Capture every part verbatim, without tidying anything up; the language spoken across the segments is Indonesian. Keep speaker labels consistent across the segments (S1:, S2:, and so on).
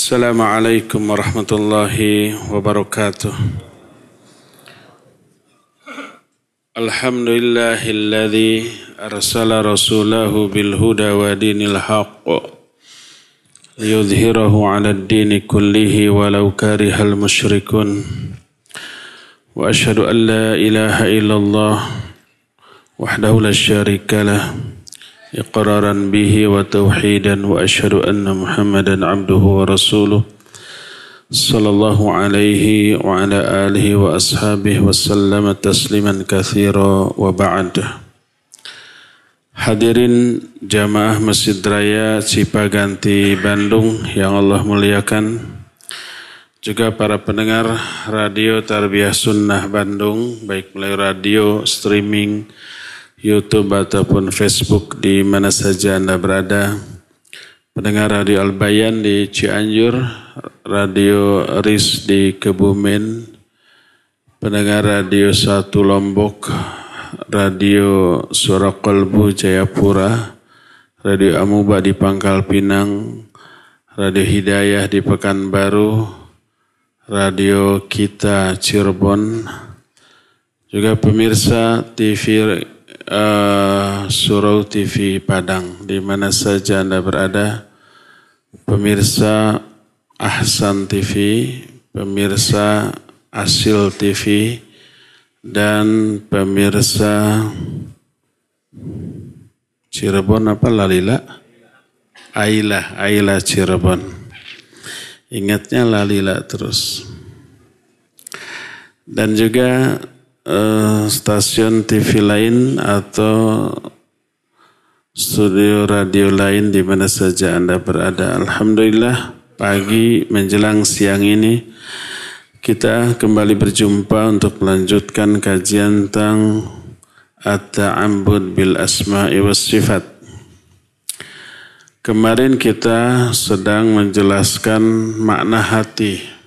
S1: Assalamualaikum warahmatullahi wabarakatuh. Alhamdulillahilladzi arsala rasulahu bil huda wa dinil haqq liyudhhirahu 'alad dini kullihi walau karihal musyrikun. Wa asyhadu an la ilaha illallah wahdahu la syarika lah iqraran bihi wa tauhidan wa asyhadu anna Muhammadan abduhu wa rasuluh sallallahu alaihi wa ala alihi wa ashabihi wa sallama tasliman katsira wa ba'd. Hadirin jamaah Masjid Raya Cipaganti Bandung yang Allah muliakan, juga para pendengar Radio Tarbiyah Sunnah Bandung, baik melalui radio, streaming, YouTube ataupun Facebook di mana saja Anda berada. Pendengar Radio Al-Bayan di Cianjur, Radio Riz di Kebumen, pendengar Radio satu Lombok, Radio Suara Kolbu Jayapura, Radio Amuba di Pangkal Pinang, Radio Hidayah di Pekanbaru, Radio Kita Cirebon, juga pemirsa T V Uh, Surau T V Padang di mana saja Anda berada, pemirsa Ahsan T V, pemirsa Asil T V, dan pemirsa Cirebon apa Lalila? Aila, Aila Cirebon. Ingatnya Lalila terus. Dan juga Uh, stasiun T V lain atau studio radio lain di mana saja Anda berada. Alhamdulillah, pagi menjelang siang ini kita kembali berjumpa untuk melanjutkan kajian tentang At-Ta'abbud bil Asma'i was Sifat. Kemarin kita sedang menjelaskan makna hati.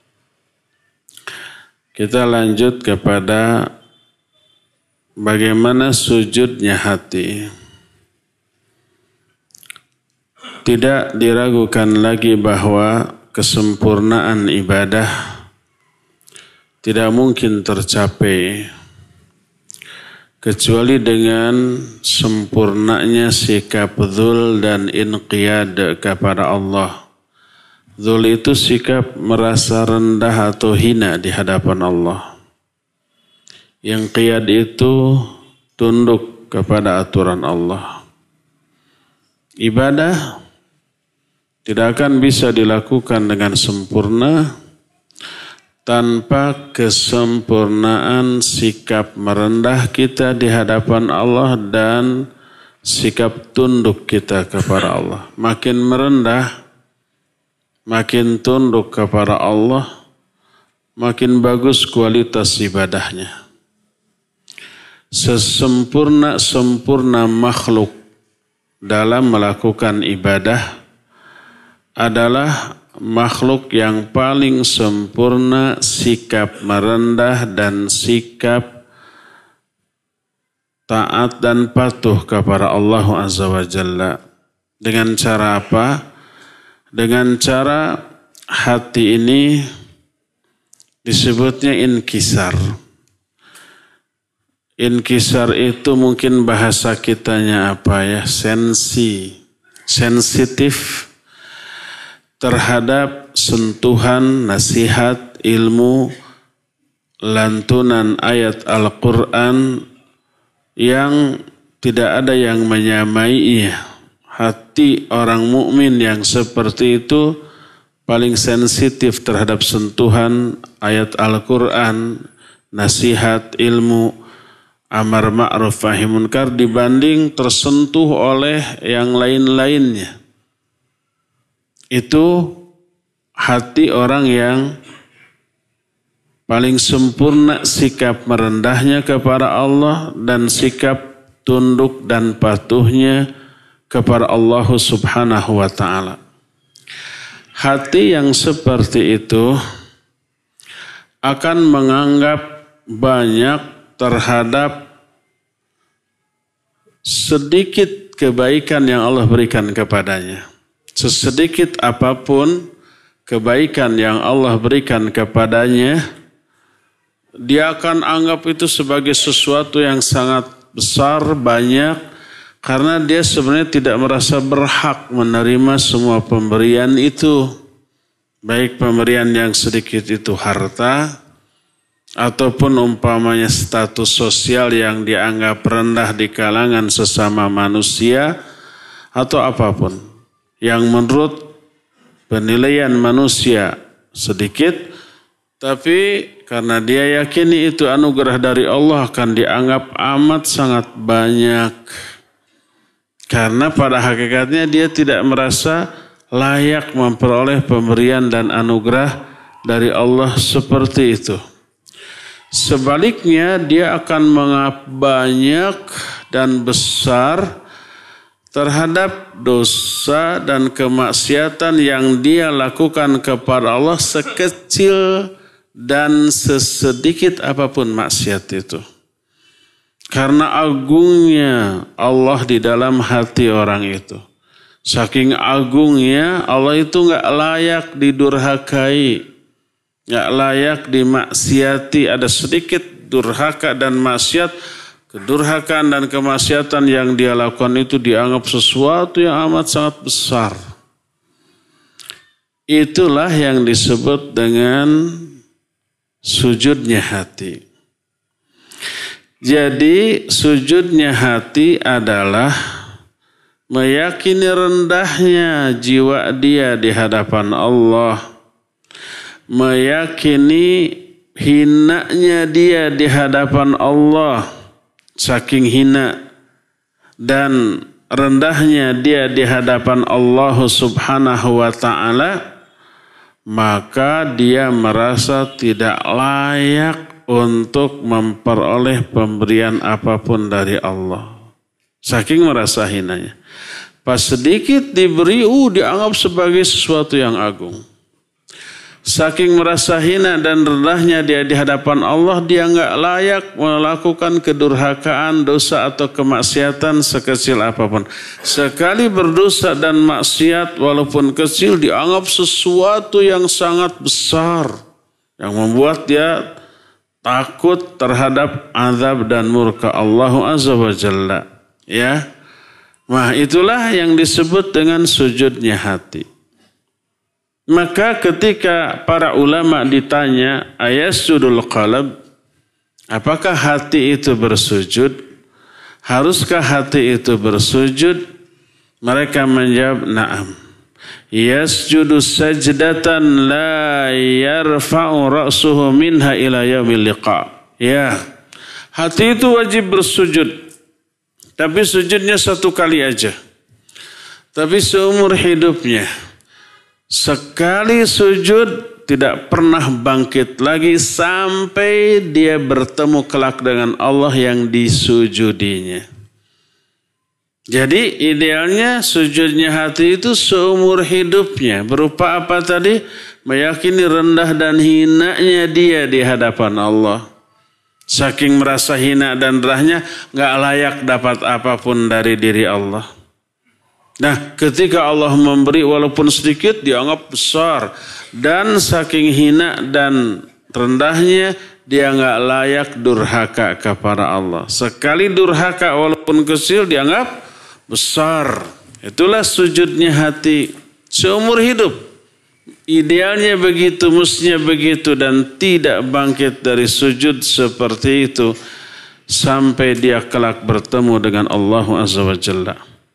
S1: Kita lanjut kepada bagaimana sujudnya hati. Tidak diragukan lagi bahwa kesempurnaan ibadah tidak mungkin tercapai kecuali dengan sempurnanya sikap dzul dan inqiyad kepada Allah. Dzul itu sikap merasa rendah atau hina di hadapan Allah. Yang qiyad itu tunduk kepada aturan Allah. Ibadah tidak akan bisa dilakukan dengan sempurna tanpa kesempurnaan sikap merendah kita di hadapan Allah dan sikap tunduk kita kepada Allah. Makin merendah, makin tunduk kepada Allah, makin bagus kualitas ibadahnya. Sesempurna-sempurna makhluk dalam melakukan ibadah adalah makhluk yang paling sempurna sikap merendah dan sikap taat dan patuh kepada Allah Azza wa Jalla. Dengan cara apa? Dengan cara hati ini disebutnya inkisar. Inkisar itu mungkin bahasa kitanya apa ya? Sensi, sensitif terhadap sentuhan, nasihat, ilmu, lantunan ayat Al-Quran yang tidak ada yang menyamainya. Hati orang mukmin yang seperti itu paling sensitif terhadap sentuhan ayat Al-Quran, nasihat, ilmu, amar ma'ruf nahi munkar dibanding tersentuh oleh yang lain-lainnya. Itu hati orang yang paling sempurna sikap merendahnya kepada Allah dan sikap tunduk dan patuhnya kepada Allah Subhanahu wa ta'ala. Hati yang seperti itu akan menganggap banyak terhadap sedikit kebaikan yang Allah berikan kepadanya. Sesedikit apapun kebaikan yang Allah berikan kepadanya, dia akan anggap itu sebagai sesuatu yang sangat besar, banyak, karena dia sebenarnya tidak merasa berhak menerima semua pemberian itu. Baik pemberian yang sedikit itu harta, ataupun umpamanya status sosial yang dianggap rendah di kalangan sesama manusia, atau apapun yang menurut penilaian manusia sedikit, tapi karena dia yakini itu anugerah dari Allah akan dianggap amat sangat banyak. Karena pada hakikatnya dia tidak merasa layak memperoleh pemberian dan anugerah dari Allah seperti itu. Sebaliknya dia akan menganggap banyak dan besar terhadap dosa dan kemaksiatan yang dia lakukan kepada Allah, sekecil dan sesedikit apapun maksiat itu. Karena agungnya Allah di dalam hati orang itu. Saking agungnya Allah itu gak layak didurhakai, gak layak dimaksiati. Ada sedikit durhaka dan maksiat, kedurhakaan dan kemaksiatan yang dia lakukan itu dianggap sesuatu yang amat sangat besar. Itulah yang disebut dengan sujudnya hati. Jadi sujudnya hati adalah meyakini rendahnya jiwa dia di hadapan Allah, meyakini hinanya dia di hadapan Allah, saking hina dan rendahnya dia di hadapan Allah Subhanahu wa ta'ala, maka dia merasa tidak layak untuk memperoleh pemberian apapun dari Allah. Saking merasa hinanya. Pas sedikit diberi, uh, dianggap sebagai sesuatu yang agung. Saking merasa hina dan rendahnya dia di hadapan Allah, dia enggak layak melakukan kedurhakaan, dosa atau kemaksiatan sekecil apapun. Sekali berdosa dan maksiat walaupun kecil dianggap sesuatu yang sangat besar, yang membuat dia takut terhadap azab dan murka Allah Azza wa Jalla. Ya, nah itulah yang disebut dengan sujudnya hati. Maka ketika para ulama ditanya, ayasjudul qalb, apakah hati itu bersujud? Haruskah hati itu bersujud? Mereka menjawab, na'am. Yasjudu sajdatan la yarfa'u ra'suhu minha ila yaumil liqa. Ya, hati itu wajib bersujud. Tapi sujudnya satu kali aja. Tapi seumur hidupnya. Sekali sujud tidak pernah bangkit lagi sampai dia bertemu kelak dengan Allah yang disujudinya. Jadi idealnya sujudnya hati itu seumur hidupnya. Berupa apa tadi? Meyakini rendah dan hinanya dia di hadapan Allah. Saking merasa hina dan rendahnya gak layak dapat apapun dari diri Allah. Nah, ketika Allah memberi walaupun sedikit dianggap besar, dan saking hina dan rendahnya dia nggak layak durhaka kepada Allah. Sekali durhaka walaupun kecil dianggap besar. Itulah sujudnya hati seumur hidup. Idealnya begitu, mestinya begitu, dan tidak bangkit dari sujud seperti itu sampai dia kelak bertemu dengan Allah Azza wa Jalla.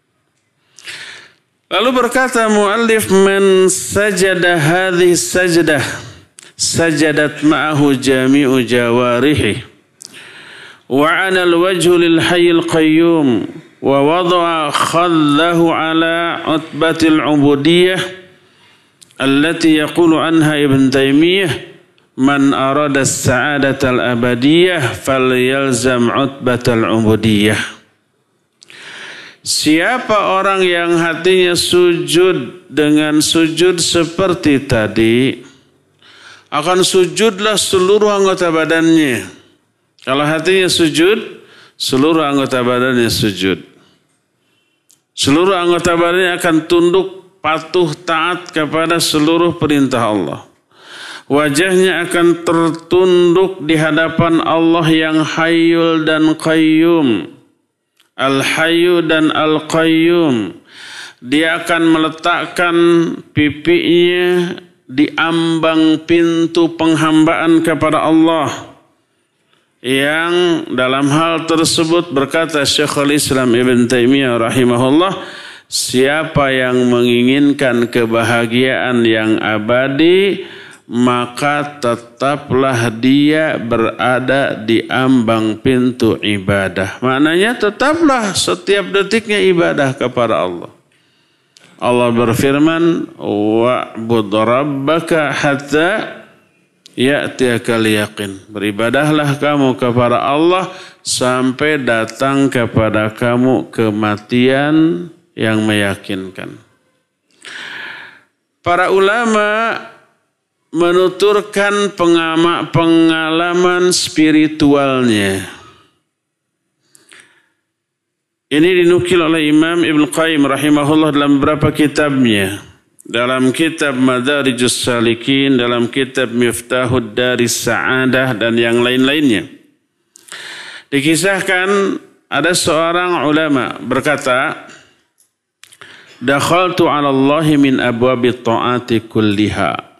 S1: Lalu berkata muallif, man sajada hadhihi sajdah sajadat ma'ahu jami'u jawarihi wa 'ana al-wajhu lil hayyil qayyum wa wada'a khaddahu 'ala utbatil 'ubudiyyah allati yaqulu anha Ibn Taimiyah man arada as-sa'adata al-abadiyyah falyalzam utbatal 'ubudiyyah. Siapa orang yang hatinya sujud dengan sujud seperti tadi, akan sujudlah seluruh anggota badannya. Kalau hatinya sujud, seluruh anggota badannya sujud. Seluruh anggota badannya akan tunduk patuh taat kepada seluruh perintah Allah. Wajahnya akan tertunduk di hadapan Allah yang Hayyul dan Qayyum. Al-Hayyu dan Al-Qayyum. Dia akan meletakkan pipinya di ambang pintu penghambaan kepada Allah. Yang dalam hal tersebut berkata Syekhul Islam Ibn Taimiyah rahimahullah, siapa yang menginginkan kebahagiaan yang abadi, maka tetaplah dia berada di ambang pintu ibadah. Maknanya tetaplah setiap detiknya ibadah kepada Allah. Allah berfirman, wa'bud rabbaka hatta ya'tiyakal yaqin. Beribadahlah kamu kepada Allah sampai datang kepada kamu kematian yang meyakinkan. Para ulama menuturkan pengalaman spiritualnya. Ini dinukil oleh Imam Ibn Qayyim rahimahullah dalam beberapa kitabnya. Dalam kitab Madarijus Salikin, dalam kitab Miftahud Daris Sa'adah, dan yang lain-lainnya. Dikisahkan ada seorang ulama berkata, dakhaltu ala Allahi min abwabi ta'ati kulliha.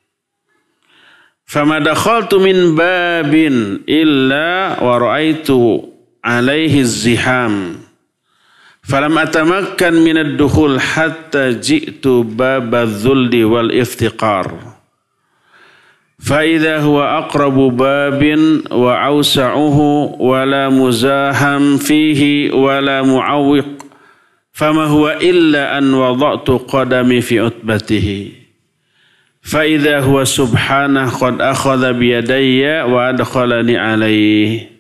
S1: Fama dakhaltu min babin illa wa ra'aitu alaihi ziham. Falam atamakkan min ad-dukhul hatta ji'tu babadh-dhulli wal iftiqar. Fa idza huwa aqrabu babin wa awsa'uhu wa la muzaham fihi wa la mu'awwiq. Fama huwa illa an wada'tu qadami fi utbatihi. فَإِذَا هُوَ سُبْحَانَهُ قَدْ أَخَذَ بِيَدَيَّ وَأَدْخَلَنِي عَلَيْهِ.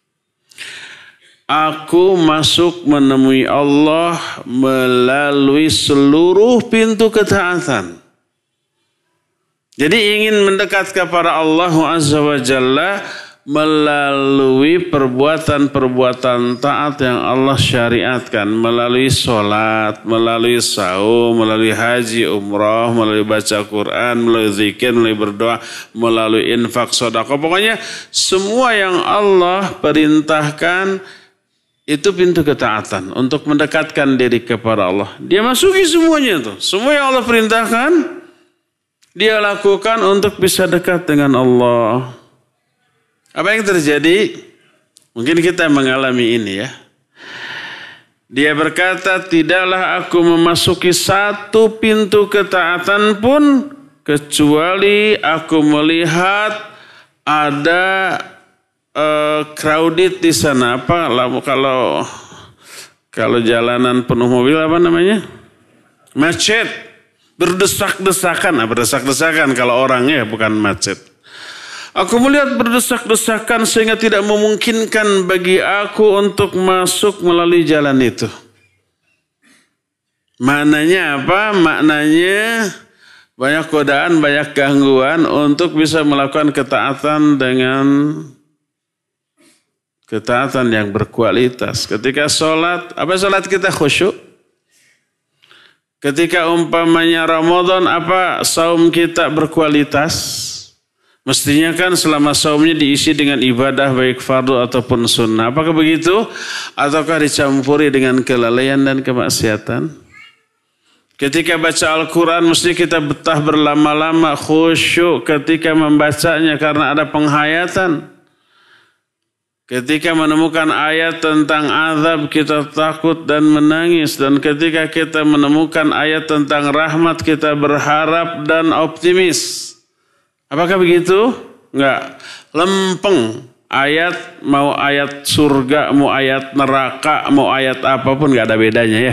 S1: Aku masuk menemui Allah melalui seluruh pintu ketaatan. Jadi ingin mendekat kepada Allah Azza wa Jalla melalui perbuatan-perbuatan taat yang Allah syariatkan, melalui sholat, melalui saum, melalui haji, umrah, melalui baca Quran, melalui zikir, melalui berdoa, melalui infak, sedekah. Pokoknya semua yang Allah perintahkan itu pintu ketaatan untuk mendekatkan diri kepada Allah. Dia masuki semuanya itu. Semua yang Allah perintahkan dia lakukan untuk bisa dekat dengan Allah. Apa yang terjadi? Mungkin kita mengalami ini ya. Dia berkata, tidaklah aku memasuki satu pintu ketaatan pun kecuali aku melihat ada uh, crowded di sana. Apa kalau kalau jalanan penuh mobil apa namanya? Macet. Berdesak-desakan. Nah, berdesak-desakan kalau orangnya bukan macet. Aku melihat berdesak-desakan sehingga tidak memungkinkan bagi aku untuk masuk melalui jalan itu. Maknanya apa? Maknanya banyak godaan, banyak gangguan untuk bisa melakukan ketaatan dengan ketaatan yang berkualitas. Ketika sholat, apa sholat kita khusyuk? Ketika umpamanya Ramadan, apa saum kita berkualitas? Mestinya kan selama saumnya diisi dengan ibadah baik fardu ataupun sunnah. Apakah begitu? Ataukah dicampuri dengan kelalaian dan kemaksiatan? Ketika baca Al-Quran mesti kita betah berlama-lama khusyuk ketika membacanya karena ada penghayatan. Ketika menemukan ayat tentang azab kita takut dan menangis. Dan ketika kita menemukan ayat tentang rahmat kita berharap dan optimis. Apakah begitu? Enggak. Lempeng. Ayat, mau ayat surga, mau ayat neraka, mau ayat apapun enggak ada bedanya ya.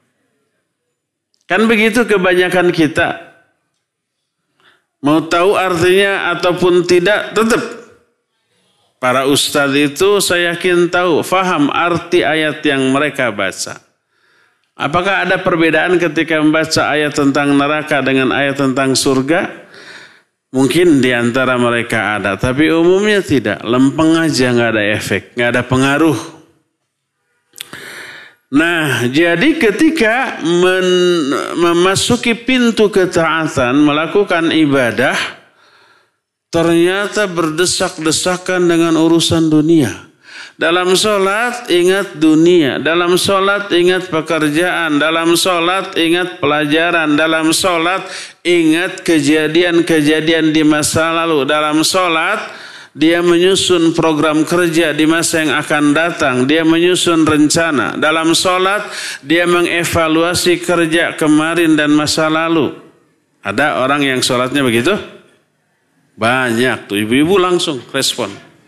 S1: Kan begitu kebanyakan kita. Mau tahu artinya ataupun tidak, tetap. Para ustadz itu saya yakin tahu, faham arti ayat yang mereka baca. Apakah ada perbedaan ketika membaca ayat tentang neraka dengan ayat tentang surga? Mungkin di antara mereka ada, tapi umumnya tidak. Lempeng aja, nggak ada efek, nggak ada pengaruh. Nah, jadi ketika men, memasuki pintu ketaatan, melakukan ibadah, ternyata berdesak-desakan dengan urusan dunia. Dalam sholat ingat dunia, dalam sholat ingat pekerjaan, dalam sholat ingat pelajaran, dalam sholat ingat kejadian-kejadian di masa lalu, dalam sholat dia menyusun program kerja di masa yang akan datang. Dia menyusun rencana. Dalam sholat, dia mengevaluasi kerja kemarin dan masa lalu. Ada orang yang sholatnya begitu? Banyak tuh. Ibu-ibu langsung respon.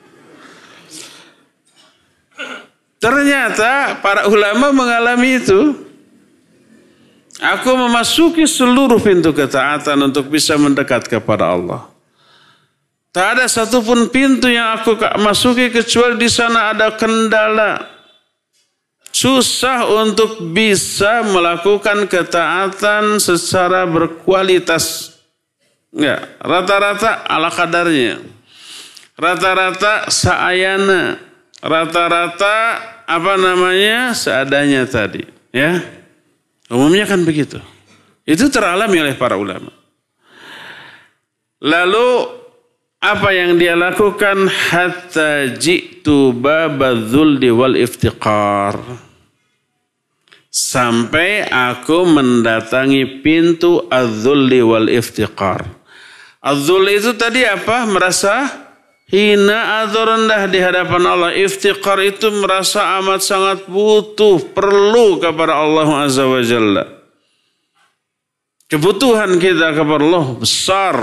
S1: Ternyata para ulama mengalami itu. Aku memasuki seluruh pintu ketaatan untuk bisa mendekat kepada Allah. Tak ada satupun pintu yang aku masuki kecuali di sana ada kendala. Susah untuk bisa melakukan ketaatan secara berkualitas. Ya, rata-rata ala kadarnya. Rata-rata saayana. Rata-rata apa namanya? Seadanya tadi. Ya, umumnya kan begitu. Itu teralami oleh para ulama. Lalu apa yang dia lakukan? Hatta ji'tu babadzulli wal iftiqar. Sampai aku mendatangi pintu adzulli wal iftiqar. Adzulli itu tadi apa? Merasa hina atau rendah di hadapan Allah. Iftiqar itu merasa amat sangat butuh, perlu kepada Allah Azza wa Jalla. Kebutuhan kita kepada Allah besar.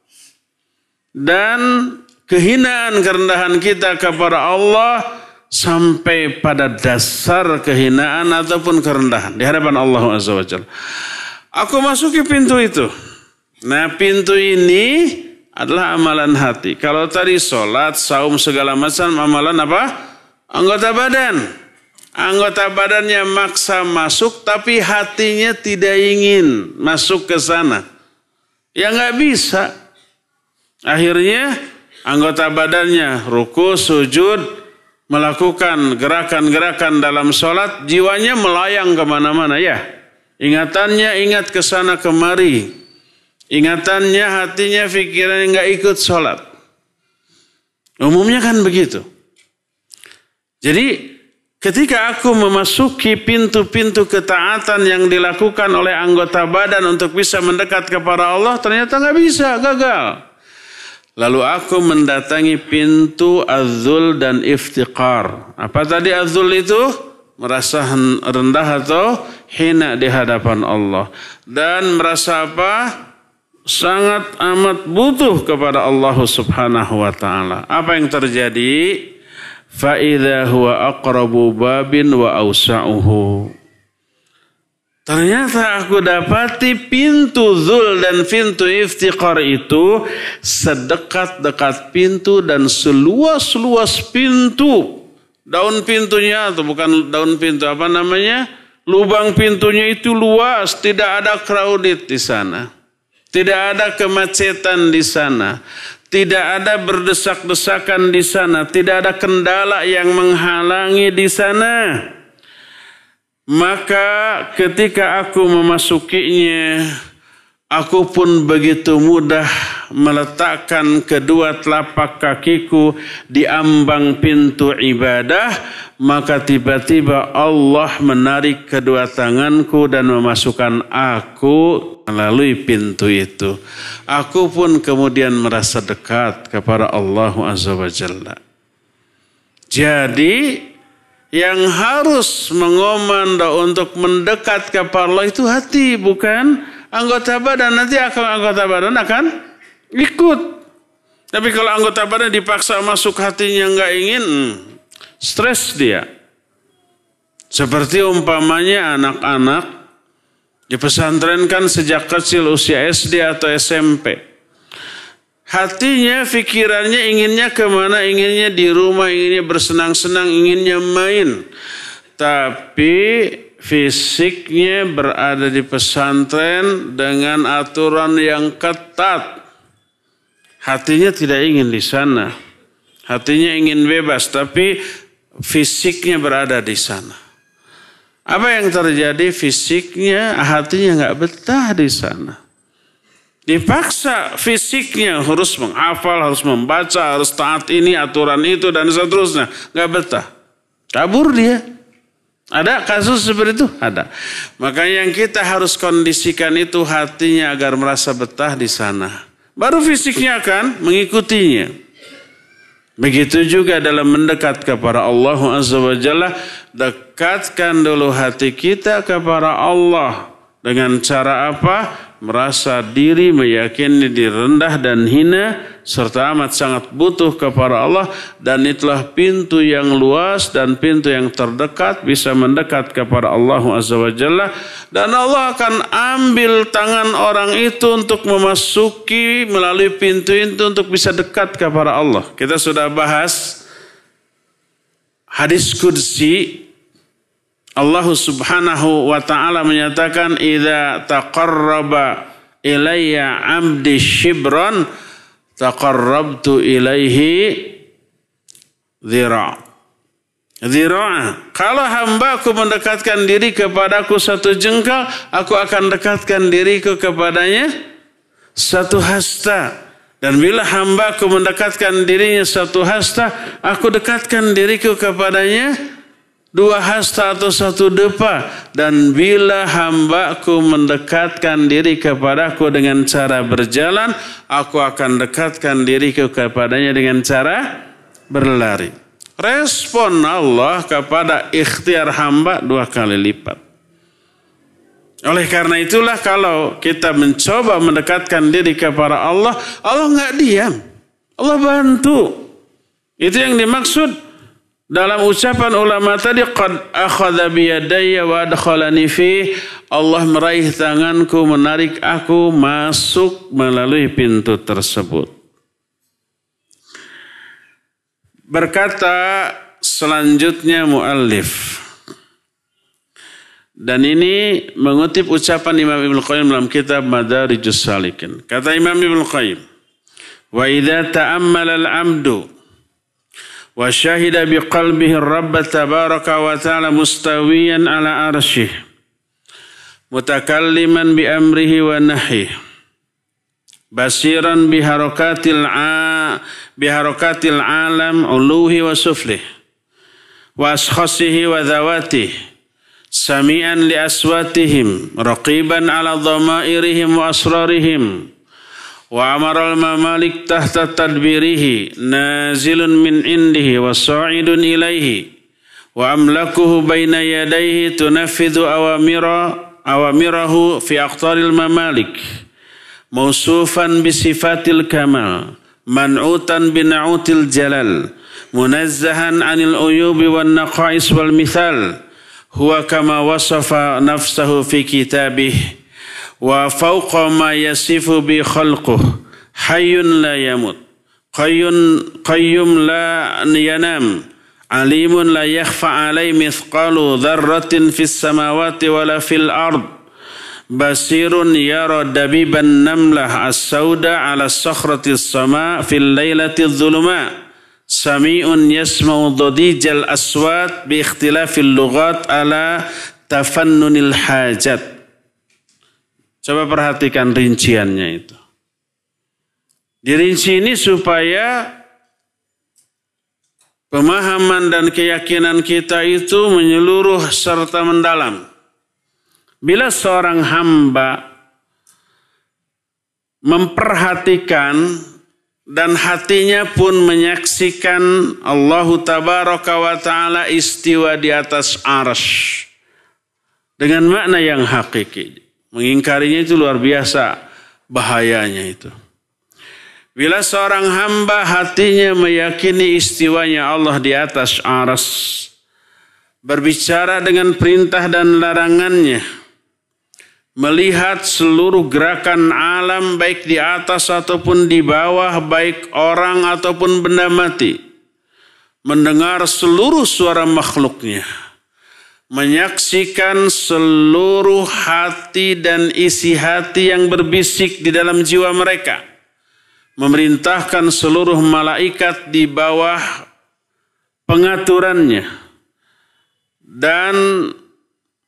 S1: Dan kehinaan kerendahan kita kepada Allah sampai pada dasar kehinaan ataupun kerendahan di hadapan Allah Azza wa Jalla. Aku masuki pintu itu. Nah, pintu ini adalah amalan hati. Kalau tadi sholat, saum, segala macam amalan apa? Anggota badan. Anggota badannya maksa masuk tapi hatinya tidak ingin masuk ke sana. Ya nggak bisa. Akhirnya anggota badannya ruku, sujud, melakukan gerakan-gerakan dalam sholat, jiwanya melayang kemana-mana ya. Ingatannya ingat ke sana kemari. Ingatannya, hatinya, pikirannya nggak ikut sholat. Umumnya kan begitu. Jadi ketika aku memasuki pintu-pintu ketaatan yang dilakukan oleh anggota badan untuk bisa mendekat kepada Allah, ternyata nggak bisa, gagal. Lalu aku mendatangi pintu azzul dan iftiqar. Apa tadi azzul itu? Merasa rendah atau hina di hadapan Allah. Dan merasa apa? Sangat amat butuh kepada Allah subhanahu wa ta'ala. Apa yang terjadi? Fa'idha huwa aqrabu babin wa awsa'uhu. Ternyata aku dapati pintu zul dan pintu iftiqar itu sedekat-dekat pintu dan seluas-luas pintu. Daun pintunya atau bukan daun pintu, apa namanya? Lubang pintunya itu luas, tidak ada crowded di sana. Tidak ada kemacetan di sana. Tidak ada berdesak-desakan di sana. Tidak ada kendala yang menghalangi di sana. Maka ketika aku memasukinya, aku pun begitu mudah meletakkan kedua telapak kakiku di ambang pintu ibadah. Maka tiba-tiba Allah menarik kedua tanganku dan memasukkan aku melalui pintu itu. Aku pun kemudian merasa dekat kepada Allah Azza wa Jalla. Jadi yang harus mengomando untuk mendekat kepada Allah itu hati, bukan anggota badan. Nanti akan anggota badan akan ikut. Tapi kalau anggota badan dipaksa masuk hatinya nggak ingin, hmm, stres dia. Seperti umpamanya anak-anak dipesantrenkan sejak kecil usia S D atau S M P. Hatinya, pikirannya inginnya kemana? Inginnya di rumah, inginnya bersenang-senang, inginnya main. Tapi fisiknya berada di pesantren dengan aturan yang ketat. Hatinya tidak ingin di sana. Hatinya ingin bebas, tapi fisiknya berada di sana. Apa yang terjadi? Fisiknya, hatinya nggak betah di sana. Dipaksa fisiknya harus menghafal, harus membaca, harus taat ini, aturan itu, dan seterusnya. Nggak betah. Kabur dia. Ada kasus seperti itu? Ada. Makanya yang kita harus kondisikan itu hatinya agar merasa betah di sana. Baru fisiknya akan mengikutinya. Begitu juga dalam mendekat kepada Allah Azza wa Jalla, dekatkan dulu hati kita kepada Allah. Dengan cara apa? Merasa diri, meyakini diri rendah dan hina, serta amat sangat butuh kepada Allah. Dan itulah pintu yang luas dan pintu yang terdekat bisa mendekat kepada Allah Azza wa Jalla. Dan Allah akan ambil tangan orang itu untuk memasuki melalui pintu itu untuk bisa dekat kepada Allah. Kita sudah bahas hadis qudsi. Allah Subhanahu wa ta'ala menyatakan, idza taqarraba ilayya 'abdi shibran taqarrabtu ilaihi dhira'. Dhira'. Kalau hambaku mendekatkan diri kepadaku satu jengkal, aku akan dekatkan diriku kepadanya satu hasta. Dan bila hambaku mendekatkan dirinya satu hasta, aku dekatkan diriku kepadanya dua hasta atau satu depa. Dan bila hambaku mendekatkan diri kepadaku dengan cara berjalan, aku akan dekatkan diriku kepadanya dengan cara berlari. Respon Allah kepada ikhtiar hamba dua kali lipat. Oleh karena itulah kalau kita mencoba mendekatkan diri kepada Allah, Allah nggak diam. Allah bantu. Itu yang dimaksud dalam ucapan ulama tadi, qad akhadha biyadayya wa adkhalani fi. Allah meraih tanganku, menarik aku masuk melalui pintu tersebut. Berkata selanjutnya muallif, dan ini mengutip ucapan Imam Ibnu Qayyim dalam kitab Madarijus Salikin. Kata Imam Ibnu Qayyim, wa idza ta'ammala al-'abdu wa syahida biqalbihi Rabb tabaraka wa ta'ala mustawiyan ala arsyih mutakalliman bi amrihi wa nahyihi basiran biharakatil a biharakatil alam uluhi wa suflih wa ashkhasihi wa dhawatih sami'an li aswatihim raqiban ala dhamairihim wa asrarihim wa amaral mamalik tahta tadbirihi nazilun min indihi wa sa'idun ilaihi wa amlakuhu baina yadayhi tunafidhu awamira awamirahu fi aqtaril mamalik mausufan bisifatil kamal man'utan bina'util jalal munazzahan anil uyubi wan naqais wal mithal huwa kama wasafa nafsahu fi kitabih wa fawqa ma yasifu bi khalquh hayyun la yamut qayyun qayyum la yanam alimun la yakhfa alai mithqalu dharratin fis samawati wala fil ard basirun yara dabiban namlah as-sauda ala sakhrati as-sama fil lailati adh-dhuluma sami'un yasma'u dhadijal aswat bi ikhtilafil lughat ala tafannunil hajat. Coba perhatikan rinciannya itu. Dirinci ini supaya pemahaman dan keyakinan kita itu menyeluruh serta mendalam. Bila seorang hamba memperhatikan dan hatinya pun menyaksikan Allah Tabaraka wa Ta'ala istiwa di atas arsy dengan makna yang hakiki. Mengingkarinya itu luar biasa bahayanya itu. Bila seorang hamba hatinya meyakini istiwanya Allah di atas arsy, berbicara dengan perintah dan larangannya, melihat seluruh gerakan alam baik di atas ataupun di bawah, baik orang ataupun benda mati, mendengar seluruh suara makhluknya, menyaksikan seluruh hati dan isi hati yang berbisik di dalam jiwa mereka, memerintahkan seluruh malaikat di bawah pengaturannya, dan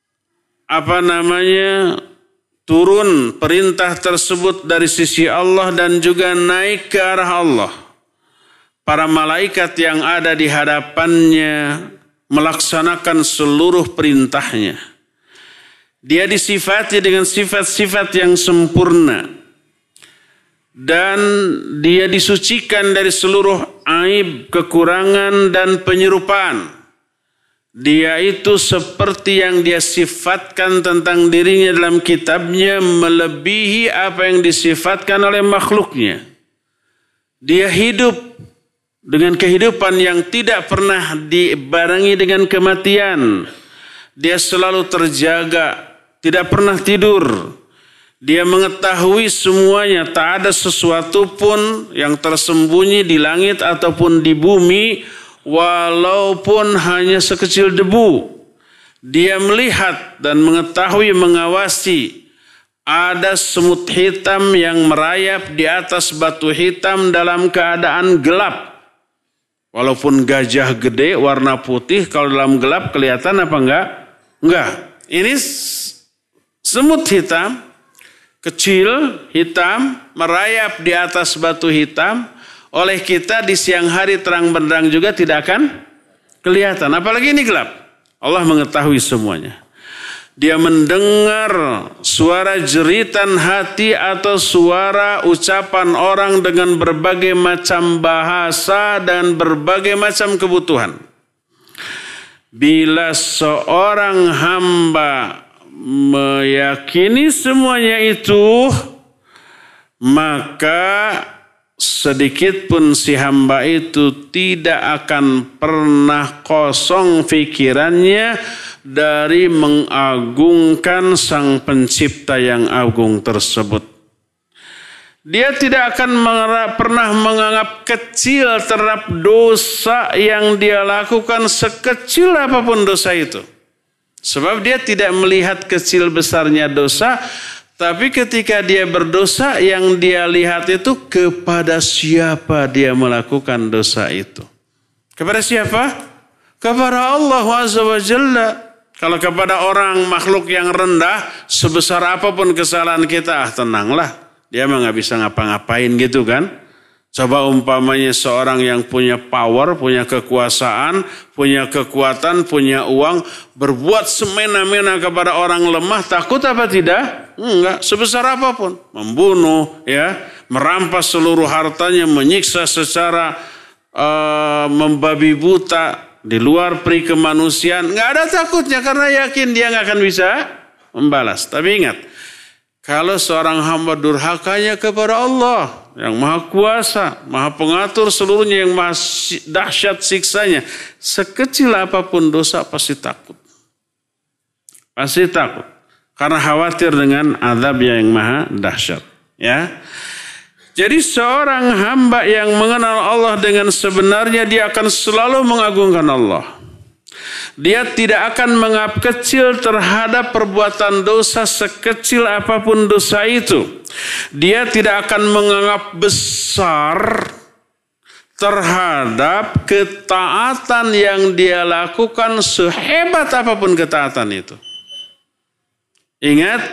S1: apa namanya turun perintah tersebut dari sisi Allah dan juga naik ke arah Allah. Para malaikat yang ada di hadapannya melaksanakan seluruh perintahnya. Dia disifati dengan sifat-sifat yang sempurna. Dan dia disucikan dari seluruh aib, kekurangan, dan penyerupaan. Dia itu seperti yang dia sifatkan tentang dirinya dalam kitabnya melebihi apa yang disifatkan oleh makhluknya. Dia hidup dengan kehidupan yang tidak pernah dibarengi dengan kematian. Dia selalu terjaga, tidak pernah tidur. Dia mengetahui semuanya, tak ada sesuatu pun yang tersembunyi di langit ataupun di bumi, walaupun hanya sekecil debu. Dia melihat dan mengetahui, mengawasi. Ada semut hitam yang merayap di atas batu hitam dalam keadaan gelap. Walaupun gajah gede warna putih, kalau dalam gelap kelihatan apa enggak? Enggak. Ini semut hitam, kecil, hitam, merayap di atas batu hitam. Oleh kita di siang hari terang benderang juga tidak akan kelihatan. Apalagi ini gelap. Allah mengetahui semuanya. Dia mendengar suara jeritan hati atau suara ucapan orang dengan berbagai macam bahasa dan berbagai macam kebutuhan. Bila seorang hamba meyakini semuanya itu, maka sedikit pun si hamba itu tidak akan pernah kosong pikirannya dari mengagungkan Sang Pencipta yang agung tersebut. Dia tidak akan pernah menganggap kecil terhadap dosa yang dia lakukan, sekecil apapun dosa itu. Sebab dia tidak melihat kecil besarnya dosa, tapi ketika dia berdosa, yang dia lihat itu kepada siapa dia melakukan dosa itu. Kepada siapa? Kepada Allah Azza wa Jalla. Kalau kepada orang makhluk yang rendah, sebesar apapun kesalahan kita, ah tenanglah. Dia mah gak bisa ngapa-ngapain gitu kan. Coba umpamanya seorang yang punya power, punya kekuasaan, punya kekuatan, punya uang, berbuat semena-mena kepada orang lemah, takut apa tidak? Enggak, sebesar apapun. Membunuh, ya, merampas seluruh hartanya, menyiksa secara uh, membabi buta, di luar peri kemanusiaan. Enggak ada takutnya karena yakin dia enggak akan bisa membalas. Tapi ingat, kalau seorang hamba durhakanya kepada Allah yang maha kuasa, maha pengatur seluruhnya, yang maha dahsyat siksanya, sekecil apapun dosa pasti takut. Pasti takut. Karena khawatir dengan azab yang maha dahsyat. Ya. Jadi seorang hamba yang mengenal Allah dengan sebenarnya, dia akan selalu mengagungkan Allah. Dia tidak akan menganggap kecil terhadap perbuatan dosa sekecil apapun dosa itu. Dia tidak akan menganggap besar terhadap ketaatan yang dia lakukan sehebat apapun ketaatan itu. Ingat,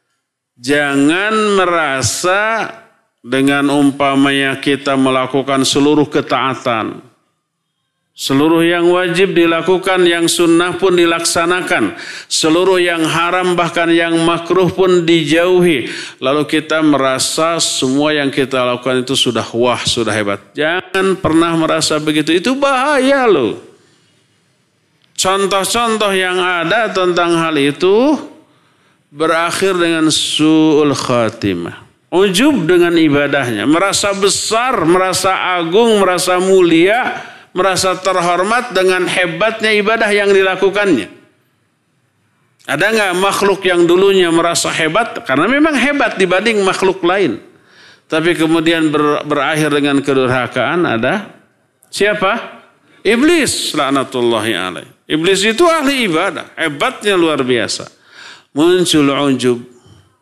S1: jangan merasa dengan umpamanya kita melakukan seluruh ketaatan, seluruh yang wajib dilakukan, yang sunnah pun dilaksanakan, seluruh yang haram bahkan yang makruh pun dijauhi, lalu kita merasa semua yang kita lakukan itu sudah wah, sudah hebat. Jangan pernah merasa begitu, itu bahaya loh. Contoh-contoh yang ada tentang hal itu berakhir dengan su'ul khatimah. Ujub dengan ibadahnya, merasa besar, merasa agung, merasa mulia, merasa terhormat dengan hebatnya ibadah yang dilakukannya. Ada nggak makhluk yang dulunya merasa hebat karena memang hebat dibanding makhluk lain, tapi kemudian ber, berakhir dengan kedurhakaan? Ada? Siapa? Iblis, laknatullahi alaih. Iblis itu ahli ibadah, hebatnya luar biasa. Muncul ujub.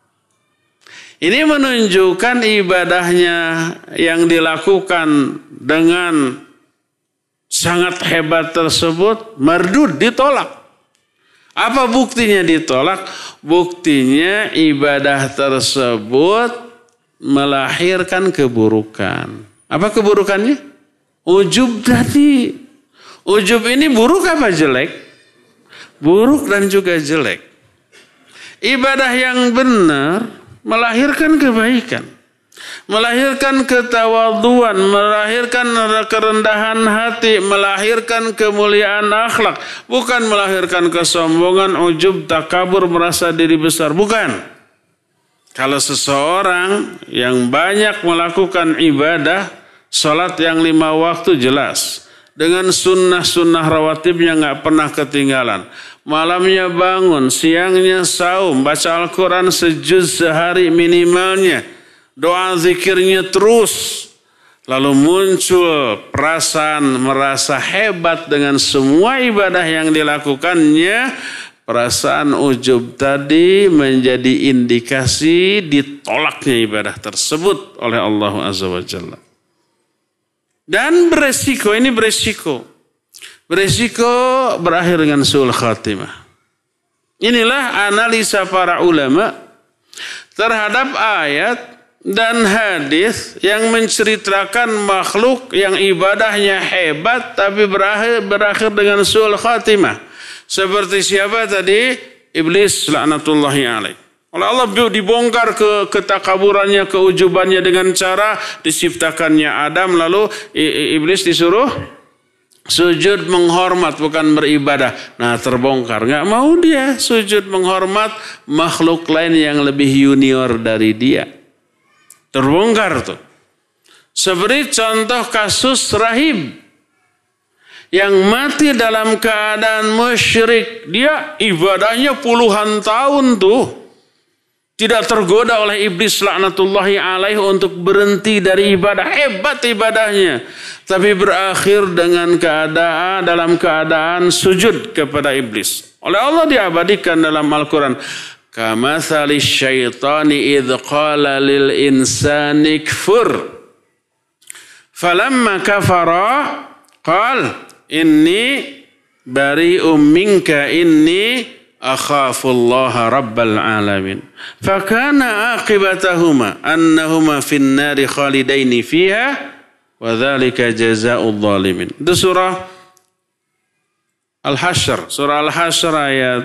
S1: Ini menunjukkan ibadahnya yang dilakukan dengan sangat hebat tersebut mardud, ditolak. Apa buktinya ditolak? Buktinya ibadah tersebut melahirkan keburukan. Apa keburukannya? Ujub tadi. Ujub ini buruk apa jelek? Buruk dan juga jelek. Ibadah yang benar melahirkan kebaikan. Melahirkan ketawaduan, melahirkan kerendahan hati, melahirkan kemuliaan akhlak. Bukan melahirkan kesombongan, ujub, takabur, merasa diri besar. Bukan. Kalau seseorang yang banyak melakukan ibadah, sholat yang lima waktu jelas. Dengan sunnah-sunnah rawatibnya nggak pernah ketinggalan. Malamnya bangun, siangnya saum, baca Al-Quran sejuz sehari minimalnya. Doa zikirnya terus. Lalu muncul perasaan merasa hebat dengan semua ibadah yang dilakukannya. Perasaan ujub tadi menjadi indikasi ditolaknya ibadah tersebut oleh Allah Azza wa Jalla. Dan beresiko, ini beresiko. Beresiko berakhir dengan su'ul khatimah. Inilah analisa para ulama terhadap ayat dan hadis yang menceritakan makhluk yang ibadahnya hebat tapi berakhir, berakhir dengan su'ul khatimah. Seperti siapa tadi? Iblis laknatullahi alaih. Oleh Allah dibongkar ke ketakaburannya, keujubannya dengan cara diciptakannya Adam, lalu iblis disuruh sujud menghormat, bukan beribadah. Nah terbongkar, nggak mau dia sujud menghormat makhluk lain yang lebih junior dari dia. Terbongkar tuh. Seperti contoh kasus rahib yang mati dalam keadaan musyrik. Dia ibadahnya puluhan tahun tuh. Tidak tergoda oleh iblis laknatullahi alaih untuk berhenti dari ibadah. Hebat ibadahnya. Tapi berakhir dengan keadaan dalam keadaan sujud kepada iblis. Oleh Allah diabadikan dalam Al-Quran. Kamathali syaitani idh qala lil insani kfur. Falamma kafara qal inni bari'um minka inni akhafullaha rabbal alamin. Fakana aqibatahuma annahuma fin nari khalidaini fiha wa dzalika jazaa'ul zalimin. Itu surah Al-Hasyr, surah Al-Hasyr ayat,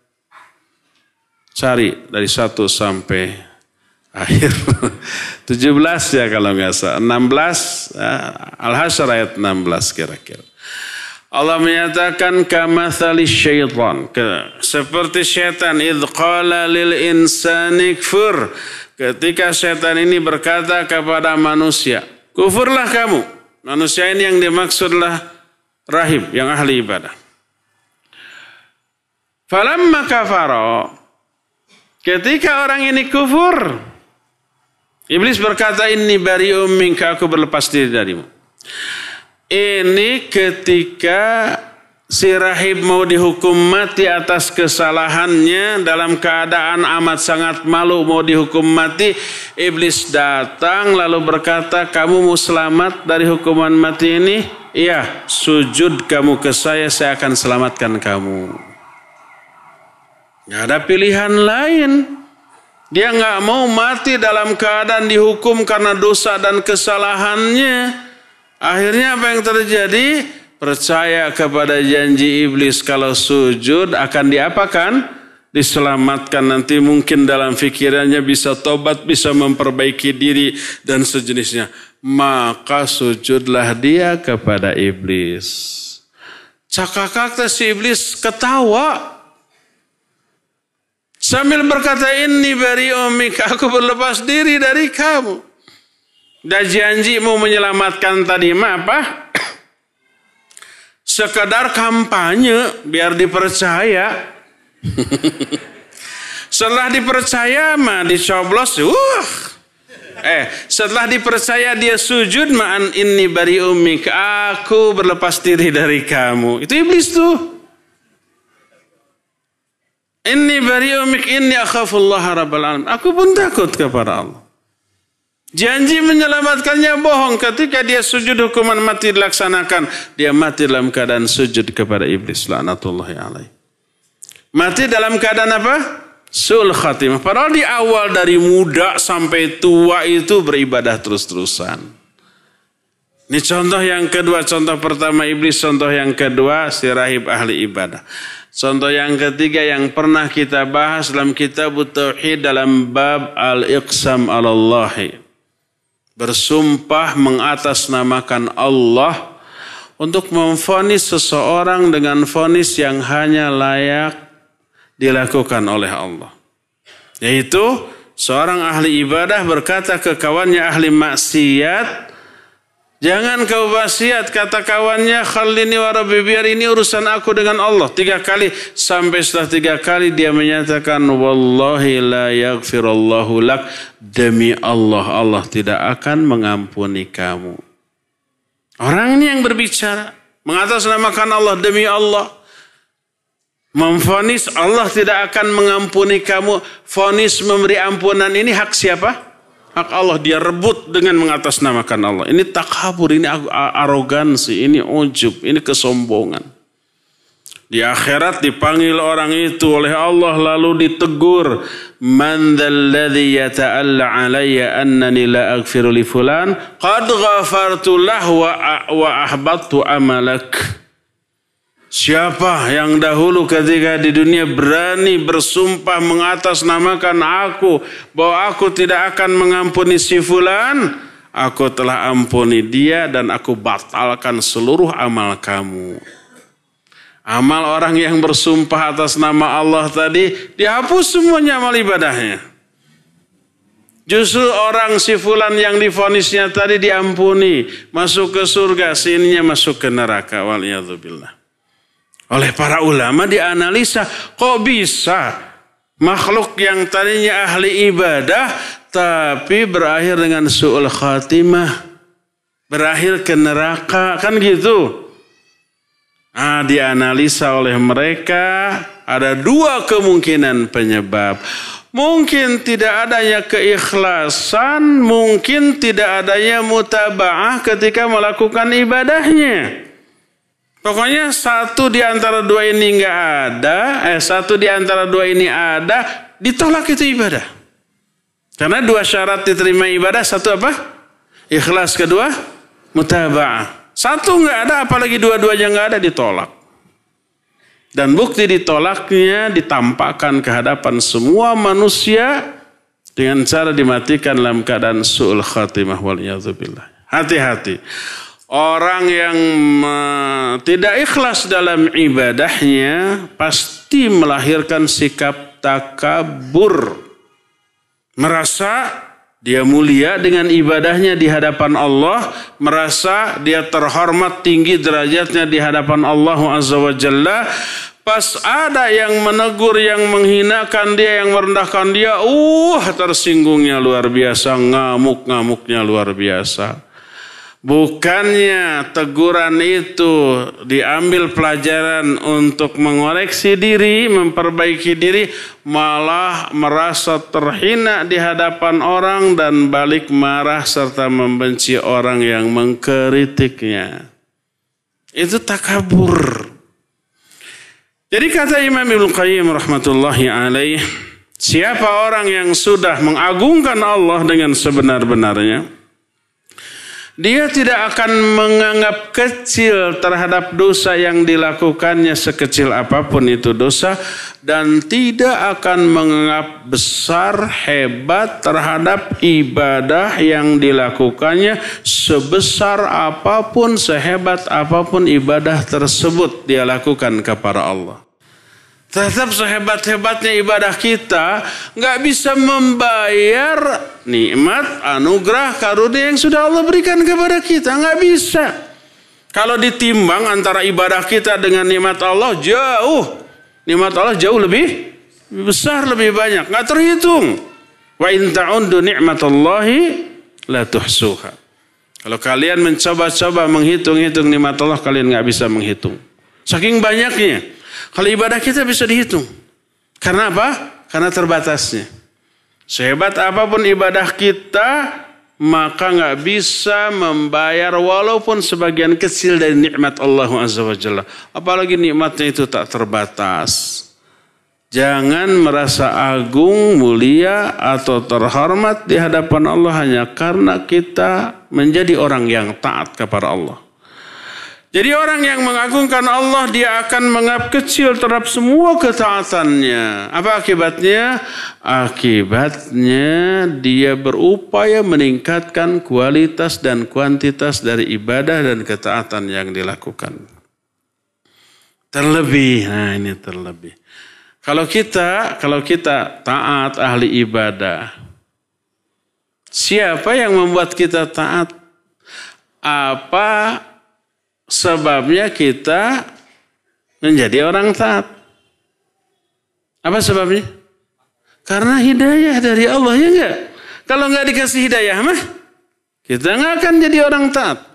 S1: cari dari satu sampai akhir tujuh belas ya kalau nggak salah, enam belas, Al-Hasyr ayat enam belas kira-kira. Allah menyatakan kamathali syaitan, seperti syaitan, idh qala lil insani kfur, ketika syaitan ini berkata kepada manusia, kufurlah kamu. Manusia ini yang dimaksudlah rahib yang ahli ibadah. Falamma kafara, ketika orang ini kufur, iblis berkata, inni bari'um minka, aku berlepas diri darimu. Ini ketika si rahib mau dihukum mati atas kesalahannya, dalam keadaan amat sangat malu mau dihukum mati, iblis datang lalu berkata, kamu mau selamat dari hukuman mati ini? Iya, sujud kamu ke saya, saya akan selamatkan kamu. Gak ada pilihan lain. Dia gak mau mati dalam keadaan dihukum karena dosa dan kesalahannya. Akhirnya apa yang terjadi? Percaya kepada janji iblis kalau sujud akan diapakan? Diselamatkan. Nanti mungkin dalam fikirannya bisa tobat, bisa memperbaiki diri dan sejenisnya. Maka sujudlah dia kepada iblis. Cakakak si iblis ketawa. Sambil berkata, inni bari'um minka, aku berlepas diri dari kamu. Dan janji mau menyelamatkan tadi mah apa? Sekedar kampanye biar dipercaya. Setelah dipercaya mah dicoblos. Uh. Eh, setelah dipercaya dia sujud, ma'an inni bari'um minka, aku berlepas diri dari kamu. Itu iblis tuh. Inni bari'um minka inni akhafullaha rabbal alamin. Aku pun takut kepada Allah. Janji menyelamatkannya bohong. Ketika dia sujud hukuman mati dilaksanakan, dia mati dalam keadaan sujud kepada iblis laknatullahi alaih. Mati dalam keadaan apa? Su'ul khatimah. Padahal di awal dari muda sampai tua itu beribadah terus-terusan. Ini contoh yang kedua. Contoh pertama iblis, contoh yang kedua si rahib ahli ibadah. Contoh yang ketiga yang pernah kita bahas dalam kitab Tauhid dalam bab al-iqsam alallahi. Bersumpah mengatasnamakan Allah untuk memvonis seseorang dengan vonis yang hanya layak dilakukan oleh Allah. Yaitu seorang ahli ibadah berkata ke kawannya ahli maksiat, jangan kau maksiat, kata kawannya, khalini wa rabbi, biar ini urusan aku dengan Allah. Tiga kali, sampai setelah tiga kali dia menyatakan, wallahi la yaghfirullahu lak, demi Allah, Allah tidak akan mengampuni kamu. Orang ini yang berbicara, mengatasnamakan Allah, demi Allah. Memvonis Allah tidak akan mengampuni kamu. Vonis memberi ampunan ini hak siapa? Hak Allah. Dia rebut dengan mengatasnamakan Allah. Ini takabur, ini arogansi, ini ujub, ini kesombongan. Di akhirat dipanggil orang itu oleh Allah lalu ditegur. Man dzalladzi yata'alla 'alayya annani la aghfiru li fulan qad ghafartu lahu wa ahbattu amalak. Siapa yang dahulu ketika di dunia berani bersumpah mengatasnamakan aku bahwa aku tidak akan mengampuni si fulan, aku telah ampuni dia dan aku batalkan seluruh amal kamu. Amal orang yang bersumpah atas nama Allah tadi dihapus semuanya amal ibadahnya. Justru orang si fulan yang divonisnya tadi diampuni, masuk ke surga, sininya masuk ke neraka. Waliyadzubillah. Oleh para ulama dianalisa, kok bisa makhluk yang tadinya ahli ibadah tapi berakhir dengan su'ul khatimah, berakhir ke neraka, kan gitu. Nah, dianalisa oleh mereka ada dua kemungkinan penyebab. Mungkin tidak adanya keikhlasan, mungkin tidak adanya mutaba'ah ketika melakukan ibadahnya. Pokoknya satu di antara dua ini enggak ada, eh satu di antara dua ini ada, ditolak itu ibadah. Karena dua syarat diterima ibadah, satu apa? Ikhlas, kedua mutaba'ah. Satu enggak ada, apalagi dua-duanya enggak ada, ditolak. Dan bukti ditolaknya ditampakkan ke hadapan semua manusia dengan cara dimatikan dalam keadaan su'ul khatimah waliyadzubillah. Hati-hati. Orang yang uh, tidak ikhlas dalam ibadahnya pasti melahirkan sikap takabur. Merasa dia mulia dengan ibadahnya di hadapan Allah. Merasa dia terhormat tinggi derajatnya di hadapan Allah Azza wa Jalla. Pas ada yang menegur, yang menghinakan dia, yang merendahkan dia, uh tersinggungnya luar biasa, ngamuk-ngamuknya luar biasa. Bukannya teguran itu diambil pelajaran untuk mengoreksi diri, memperbaiki diri, malah merasa terhina di hadapan orang dan balik marah serta membenci orang yang mengkritiknya. Itu takabur. Jadi kata Imam Ibnu Qayyim rahmatullahi alaih, siapa orang yang sudah mengagungkan Allah dengan sebenar-benarnya, dia tidak akan menganggap kecil terhadap dosa yang dilakukannya sekecil apapun itu dosa, dan tidak akan menganggap besar hebat terhadap ibadah yang dilakukannya sebesar apapun, sehebat apapun ibadah tersebut dia lakukan kepada Allah. Tetap sehebat-hebatnya ibadah kita nggak bisa membayar nikmat, anugerah, karunia yang sudah Allah berikan kepada kita. Nggak bisa. Kalau ditimbang antara ibadah kita dengan nikmat Allah, jauh. Nikmat Allah jauh lebih besar, lebih banyak. Nggak terhitung. Wa in ta'uddu ni'matallahi la tuhsuha. Kalau kalian mencoba-coba menghitung-hitung nikmat Allah, kalian nggak bisa menghitung. Saking banyaknya. Kalau ibadah kita bisa dihitung. Karena apa? Karena terbatasnya. Sehebat apapun ibadah kita, maka nggak bisa membayar walaupun sebagian kecil dari nikmat Allah Azza wa Jalla. Apalagi nikmatnya itu tak terbatas. Jangan merasa agung, mulia, atau terhormat di hadapan Allah hanya karena kita menjadi orang yang taat kepada Allah. Jadi orang yang mengagungkan Allah, dia akan menganggap kecil terhadap semua ketaatannya. Apa akibatnya? Akibatnya dia berupaya meningkatkan kualitas dan kuantitas dari ibadah dan ketaatan yang dilakukan. Terlebih, nah ini terlebih. Kalau kita, kalau kita taat ahli ibadah, siapa yang membuat kita taat? Apa sebabnya kita menjadi orang taat? Apa sebabnya? Karena hidayah dari Allah, ya enggak? Kalau enggak dikasih hidayah mah, kita enggak akan jadi orang taat.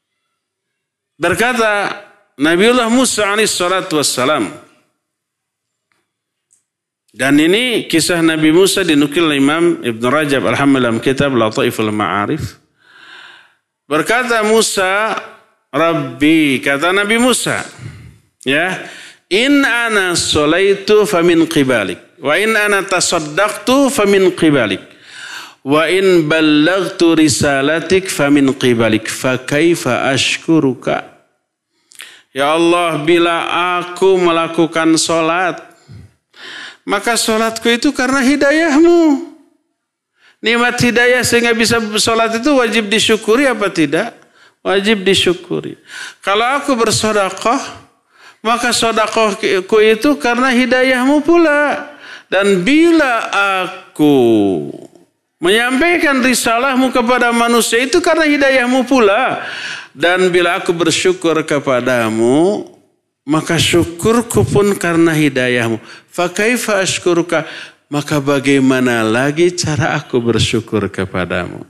S1: Berkata Nabiullah Musa alaihi salatu wassalam, dan ini kisah Nabi Musa dinukil oleh Imam Ibn Rajab Al-Hambali dalam kitab Lataiful Ma'arif. Berkata Musa, Rabbi, kata Nabi Musa, ya, in ana solaitu famin qibalik, wa in ana tasaddaqtu famin qibalik, wa in ballagtu risalatik famin qibalik, fa kaifa ashkuruka. Ya Allah, bila aku melakukan solat, maka solatku itu karena hidayahmu. Nikmat hidayah sehingga bisa solat itu wajib disyukuri apa tidak? Wajib disyukuri. Kalau aku bersedekah, maka sedekahku itu karena hidayahmu pula. Dan bila aku menyampaikan risalahmu kepada manusia itu karena hidayahmu pula. Dan bila aku bersyukur kepadamu, maka syukurku pun karena hidayahmu. Fa kaifa ashkuruka, maka bagaimana lagi cara aku bersyukur kepadamu?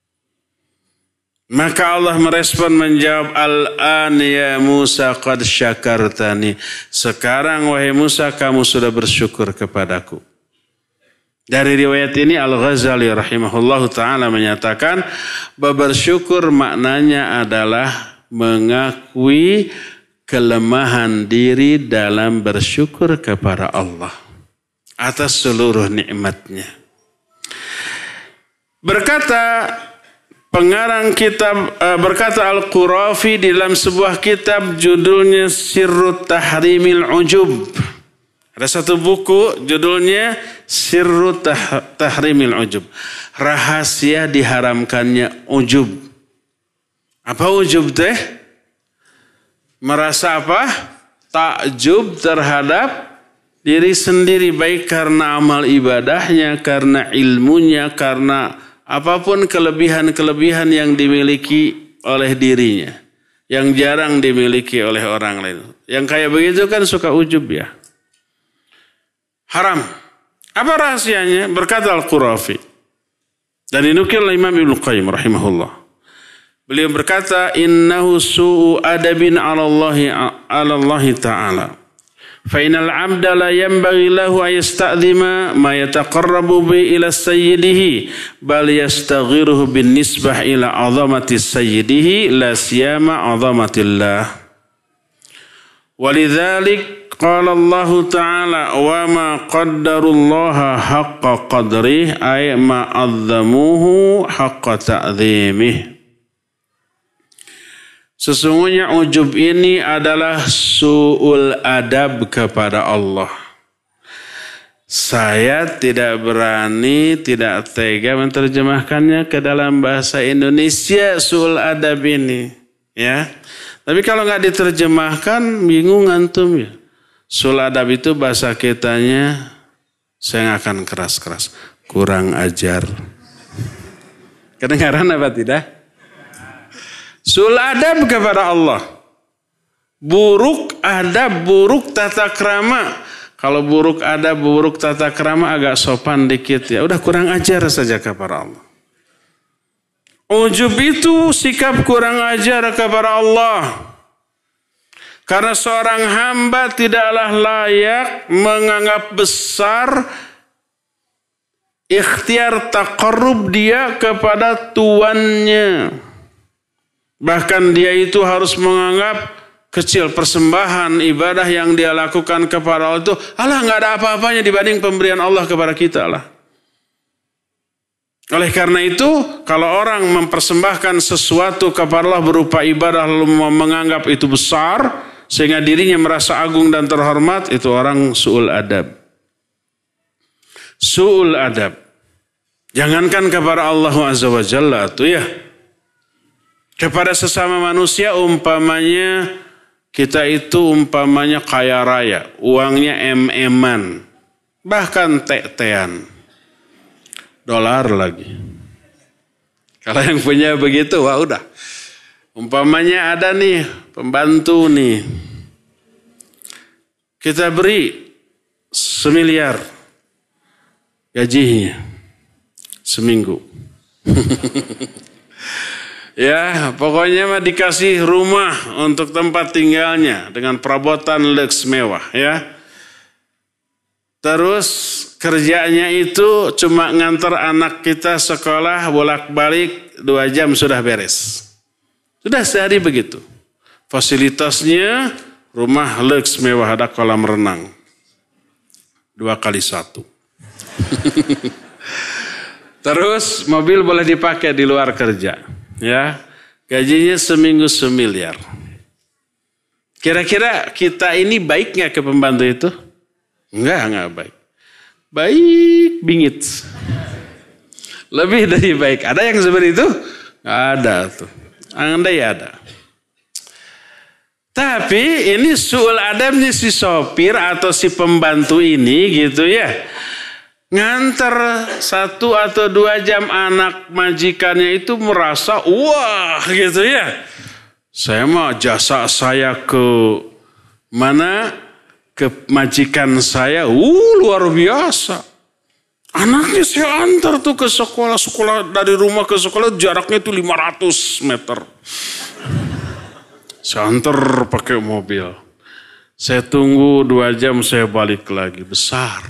S1: Maka Allah merespon menjawab, Al-an ya Musa qad syakartani. Sekarang wahai Musa, kamu sudah bersyukur kepadaku. Dari riwayat ini Al-Ghazali rahimahullahu ta'ala menyatakan bahwa bersyukur maknanya adalah mengakui kelemahan diri dalam bersyukur kepada Allah atas seluruh nikmatnya. Berkata pengarang kitab, berkata Al-Qurafi di dalam sebuah kitab judulnya Sirrut Tahrimil Ujub. Ada satu buku judulnya Sirrut Tahrimil Ujub. Rahasia diharamkannya ujub. Apa ujub teh? Merasa apa? Takjub terhadap diri sendiri, baik karena amal ibadahnya, karena ilmunya, karena apapun kelebihan-kelebihan yang dimiliki oleh dirinya, yang jarang dimiliki oleh orang lain. Yang kayak begitu kan suka ujub ya. Haram. Apa rahasianya? Berkata Al-Qurafi. Dan dinukil oleh Imam Ibnu Qayyim rahimahullah. Beliau berkata, innahu su'u adabin 'ala Allah 'ala Allah ta'ala. Fa innal 'abda la yanbaghi lahu ay yasta'dhima ma yataqarrabu bi ila sayyidihi bal yastaghiruhu bin nisbah ila 'azamati sayyidihi la siyama 'azamatillah. Walidzalik qala Allah ta'ala wa ma qaddarullaha haqqa qadrih ay ma 'azzamuhu haqqa ta'dhimih. Sesungguhnya ujub ini adalah su'ul adab kepada Allah. Saya tidak berani, tidak tega menerjemahkannya ke dalam bahasa Indonesia su'ul adab ini. Ya. Tapi kalau nggak diterjemahkan, bingung antum ya. Su'ul adab itu bahasa kitanya, saya nggak akan keras-keras. Kurang ajar. Kedengaran apa tidak? Su'ul adab kepada Allah. Buruk adab, buruk tata krama. Kalau buruk adab, buruk tata krama agak sopan dikit ya. Udah kurang ajar saja kepada Allah. Ujub itu sikap kurang ajar kepada Allah. Karena seorang hamba tidaklah layak menganggap besar ikhtiar taqarrub dia kepada tuannya. Bahkan dia itu harus menganggap kecil, persembahan ibadah yang dia lakukan kepada Allah itu, Allah nggak ada apa-apanya dibanding pemberian Allah kepada kita lah. Oleh karena itu, kalau orang mempersembahkan sesuatu kepada Allah berupa ibadah lalu menganggap itu besar, sehingga dirinya merasa agung dan terhormat, itu orang su'ul adab. Su'ul adab. Jangankan kepada Allah Azza wa Jalla tuh ya. Kepada sesama manusia umpamanya kita itu umpamanya kaya raya, uangnya em-eman, bahkan te-tean, dolar lagi. Kalau yang punya begitu, wah udah. Umpamanya ada nih pembantu nih, kita beri semiliar gajinya seminggu. Ya, pokoknya mah dikasih rumah untuk tempat tinggalnya dengan perabotan leks mewah ya. Terus kerjanya itu cuma ngantar anak kita sekolah bolak-balik dua jam sudah beres. Sudah sehari begitu. Fasilitasnya rumah leks mewah, ada kolam renang. Dua kali satu. Terus mobil boleh dipakai di luar kerja. Ya, gajinya seminggu semiliar. Kira-kira kita ini baik nggak ke pembantu itu? Enggak, enggak baik. Baik bingit. Lebih dari baik. Ada yang seperti itu? Ada tuh. Andai ada. Tapi ini su'ul adabnya si sopir atau si pembantu ini gitu ya. Nganter satu atau dua jam anak majikannya itu merasa wah gitu ya. Saya mah jasa saya ke mana, ke majikan saya, uh luar biasa. Anaknya saya antar tuh ke sekolah, sekolah dari rumah ke sekolah jaraknya itu lima ratus meter. Saya antar pakai mobil. Saya tunggu dua jam saya balik lagi, besar.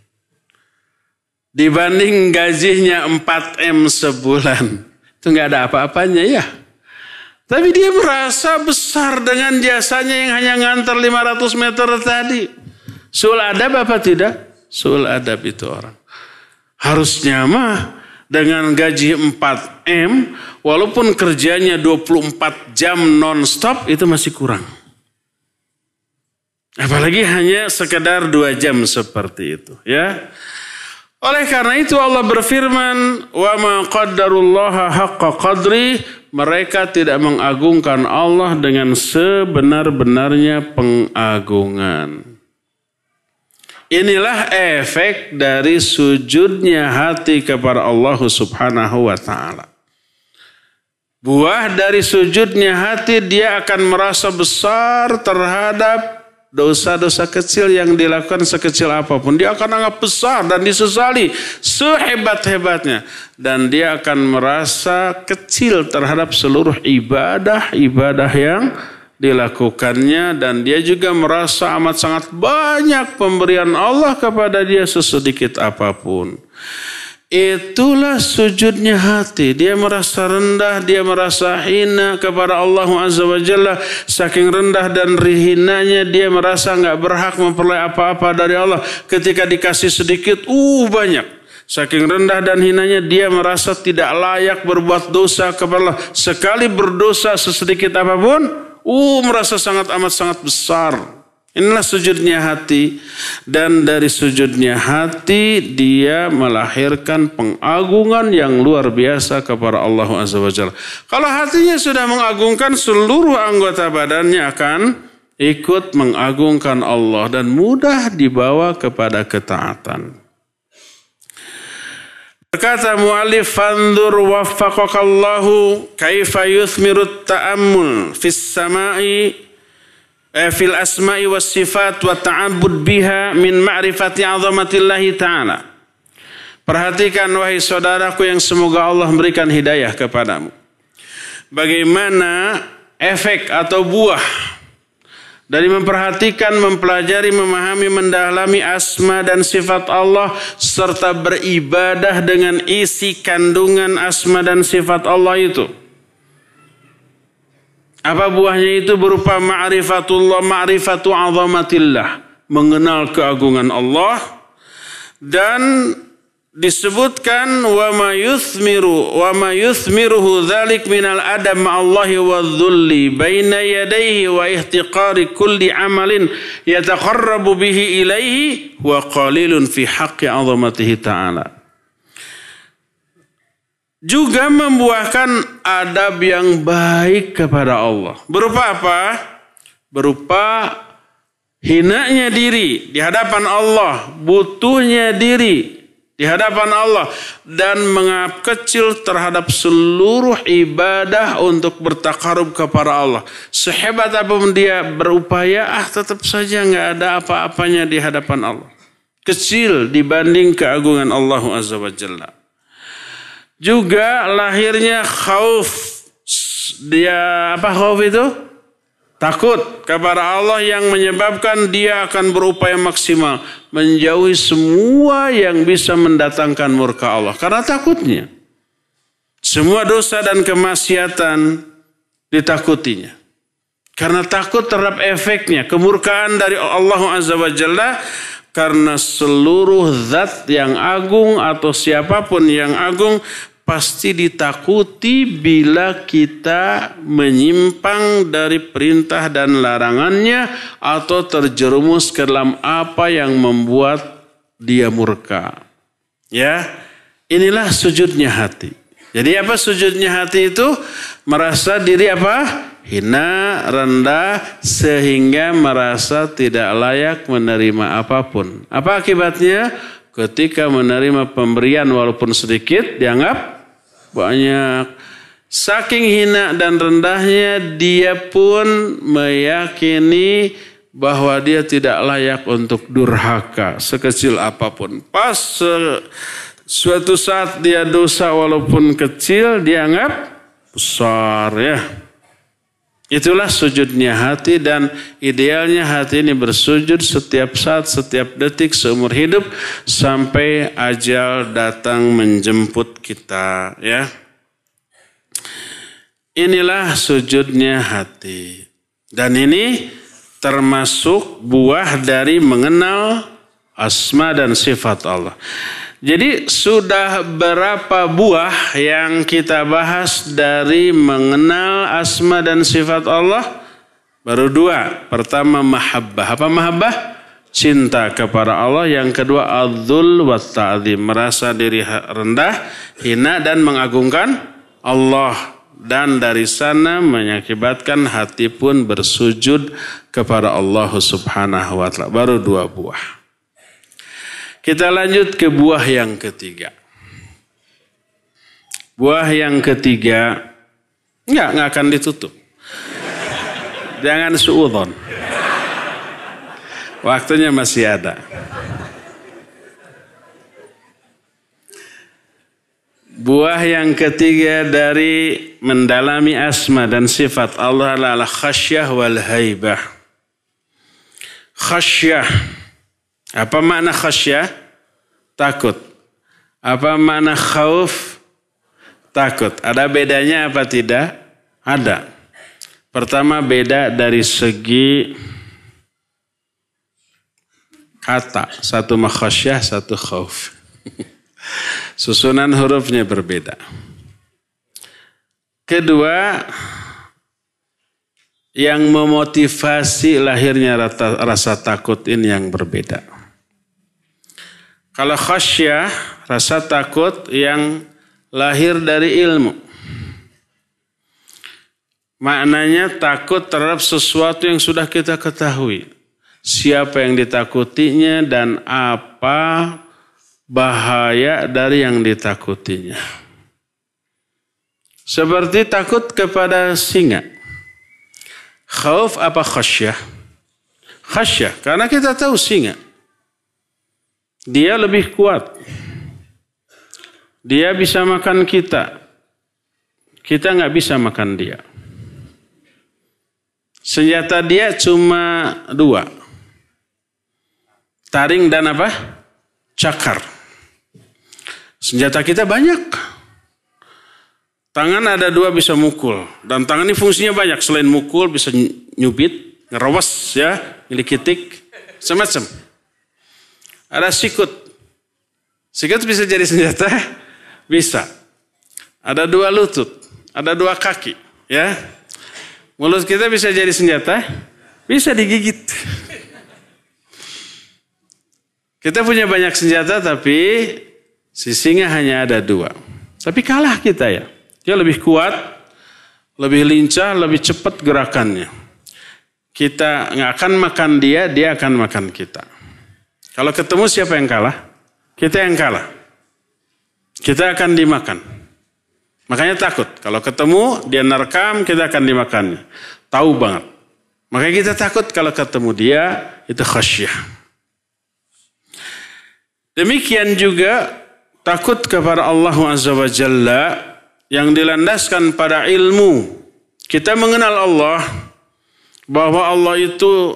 S1: Dibanding gajinya empat M sebulan. Itu gak ada apa-apanya ya. Tapi dia merasa besar dengan jasanya yang hanya ngantar lima ratus meter tadi. Su'ul adab apa tidak? Su'ul adab itu orang. Harusnya mah dengan gaji empat M, walaupun kerjanya dua puluh empat jam non-stop, itu masih kurang. Apalagi hanya sekedar dua jam seperti itu ya. Oleh karena itu Allah berfirman, wa ma qaddarullaha haqqa qadri, mereka tidak mengagungkan Allah dengan sebenar-benarnya pengagungan. Inilah efek dari sujudnya hati kepada Allah Subhanahu wa taala. Buah dari sujudnya hati, dia akan merasa besar terhadap dosa-dosa kecil yang dilakukan sekecil apapun. Dia akan anggap besar dan disesali sehebat-hebatnya. Dan dia akan merasa kecil terhadap seluruh ibadah-ibadah yang dilakukannya. Dan dia juga merasa amat sangat banyak pemberian Allah kepada dia sesedikit apapun. Itulah sujudnya hati. Dia merasa rendah, dia merasa hina kepada Allah Azza wa Jalla. Saking rendah dan hinanya, dia merasa nggak berhak memperoleh apa-apa dari Allah. Ketika dikasih sedikit, uh banyak. Saking rendah dan hinanya, dia merasa tidak layak berbuat dosa kepada Allah. Sekali berdosa sesedikit apapun, uh merasa sangat amat sangat besar. Inilah sujudnya hati. Dan dari sujudnya hati dia melahirkan pengagungan yang luar biasa kepada Allah Azza wa Jalla. Kalau hatinya sudah mengagungkan, seluruh anggota badannya akan ikut mengagungkan Allah dan mudah dibawa kepada ketaatan. Berkata mu'allif, fandur waffaqakallahu kaifa yuthmirut ta'ammul fis sama'i fil asma'i was sifat wa ta'abbud biha min ma'rifati 'azamatillahi ta'ala. Perhatikan wahai saudaraku yang semoga Allah memberikan hidayah kepadamu. Bagaimana efek atau buah dari memperhatikan, mempelajari, memahami, mendalami asma dan sifat Allah serta beribadah dengan isi kandungan asma dan sifat Allah itu. Apa buahnya itu? Berupa ma'rifatullah, ma'rifatu 'azamatillah, mengenal keagungan Allah. Dan disebutkan wa ma yuthmiru wa ma yuthmiruhu dzalik minal adab ma'allahi wadh-dhulli baina yadayhi wa ihtiqari kulli amalin yataqarrabu bihi ilaihi wa qalilun fi haqqi 'azamatihi ta'ala. Juga membuahkan adab yang baik kepada Allah. Berupa apa? Berupa hinanya diri di hadapan Allah, butuhnya diri di hadapan Allah, dan mengap kecil terhadap seluruh ibadah untuk bertakarub kepada Allah. Sehebat apapun dia berupaya, ah tetap saja nggak ada apa-apanya di hadapan Allah. Kecil dibanding keagungan Allah Azza wa Jalla. Juga lahirnya khauf. Dia apa khauf itu? Takut kepada Allah yang menyebabkan dia akan berupaya maksimal menjauhi semua yang bisa mendatangkan murka Allah. Karena takutnya. Semua dosa dan kemaksiatan ditakutinya. Karena takut terhadap efeknya, kemurkaan dari Allah Azza wa Jalla. Karena seluruh zat yang agung atau siapapun yang agung pasti ditakuti bila kita menyimpang dari perintah dan larangannya atau terjerumus ke dalam apa yang membuat dia murka. Ya, inilah sujudnya hati. Jadi apa sujudnya hati itu? Merasa diri apa? Hina, rendah, sehingga merasa tidak layak menerima apapun. Apa akibatnya? Ketika menerima pemberian walaupun sedikit, dianggap banyak. Saking hina dan rendahnya, dia pun meyakini bahwa dia tidak layak untuk durhaka sekecil apapun. Pas suatu saat dia dosa walaupun kecil, dianggap besar, ya. Itulah sujudnya hati, dan idealnya hati ini bersujud setiap saat, setiap detik seumur hidup sampai ajal datang menjemput kita, ya. Inilah sujudnya hati. Dan ini termasuk buah dari mengenal asma dan sifat Allah. Jadi sudah berapa buah yang kita bahas dari mengenal asma dan sifat Allah? Baru dua. Pertama mahabbah. Apa mahabbah? Cinta kepada Allah. Yang kedua adzul wa ta'zim. Merasa diri rendah, hina dan mengagungkan Allah. Dan dari sana mengakibatkan hati pun bersujud kepada Allah Subhanahu wa ta'ala. Baru dua buah. Kita lanjut ke buah yang ketiga. Buah yang ketiga, enggak, enggak akan ditutup. Jangan suudzon. Waktunya masih ada. Buah yang ketiga dari mendalami asma dan sifat Allah adalah khasyah wal haibah. Khasyah. Apa makna khasyah? Takut. Apa makna khauf? Takut. Ada bedanya apa tidak? Ada. Pertama, beda dari segi kata. Satu khasyah, satu khauf. Susunan hurufnya berbeda. Kedua, yang memotivasi lahirnya rasa, rasa takut ini yang berbeda. Kalau khasyah, rasa takut yang lahir dari ilmu. Maknanya takut terhadap sesuatu yang sudah kita ketahui. Siapa yang ditakutinya dan apa bahaya dari yang ditakutinya. Seperti takut kepada singa. Khauf apa khasyah? Khasyah, karena kita tahu singa. Dia lebih kuat. Dia bisa makan kita. Kita nggak bisa makan dia. Senjata dia cuma dua. Taring dan apa? Cakar. Senjata kita banyak. Tangan ada dua bisa mukul. Dan tangan ini fungsinya banyak. Selain mukul bisa nyubit, ngerawes ya, ngelikitik, semacam. Ada sikut. Sikut bisa jadi senjata? Bisa. Ada dua lutut, ada dua kaki, ya. Mulut kita bisa jadi senjata? Bisa digigit. Kita punya banyak senjata tapi sisinya hanya ada dua. Tapi kalah kita ya. Dia lebih kuat, lebih lincah, lebih cepat gerakannya. Kita nggak akan makan dia, dia akan makan kita. Kalau ketemu siapa yang kalah? Kita yang kalah. Kita akan dimakan. Makanya takut. Kalau ketemu dia nerkam, kita akan dimakannya. Tahu banget. Makanya kita takut kalau ketemu dia, itu khasyah. Demikian juga takut kepada Allah Azza wa Jalla yang dilandaskan pada ilmu. Kita mengenal Allah, bahwa Allah itu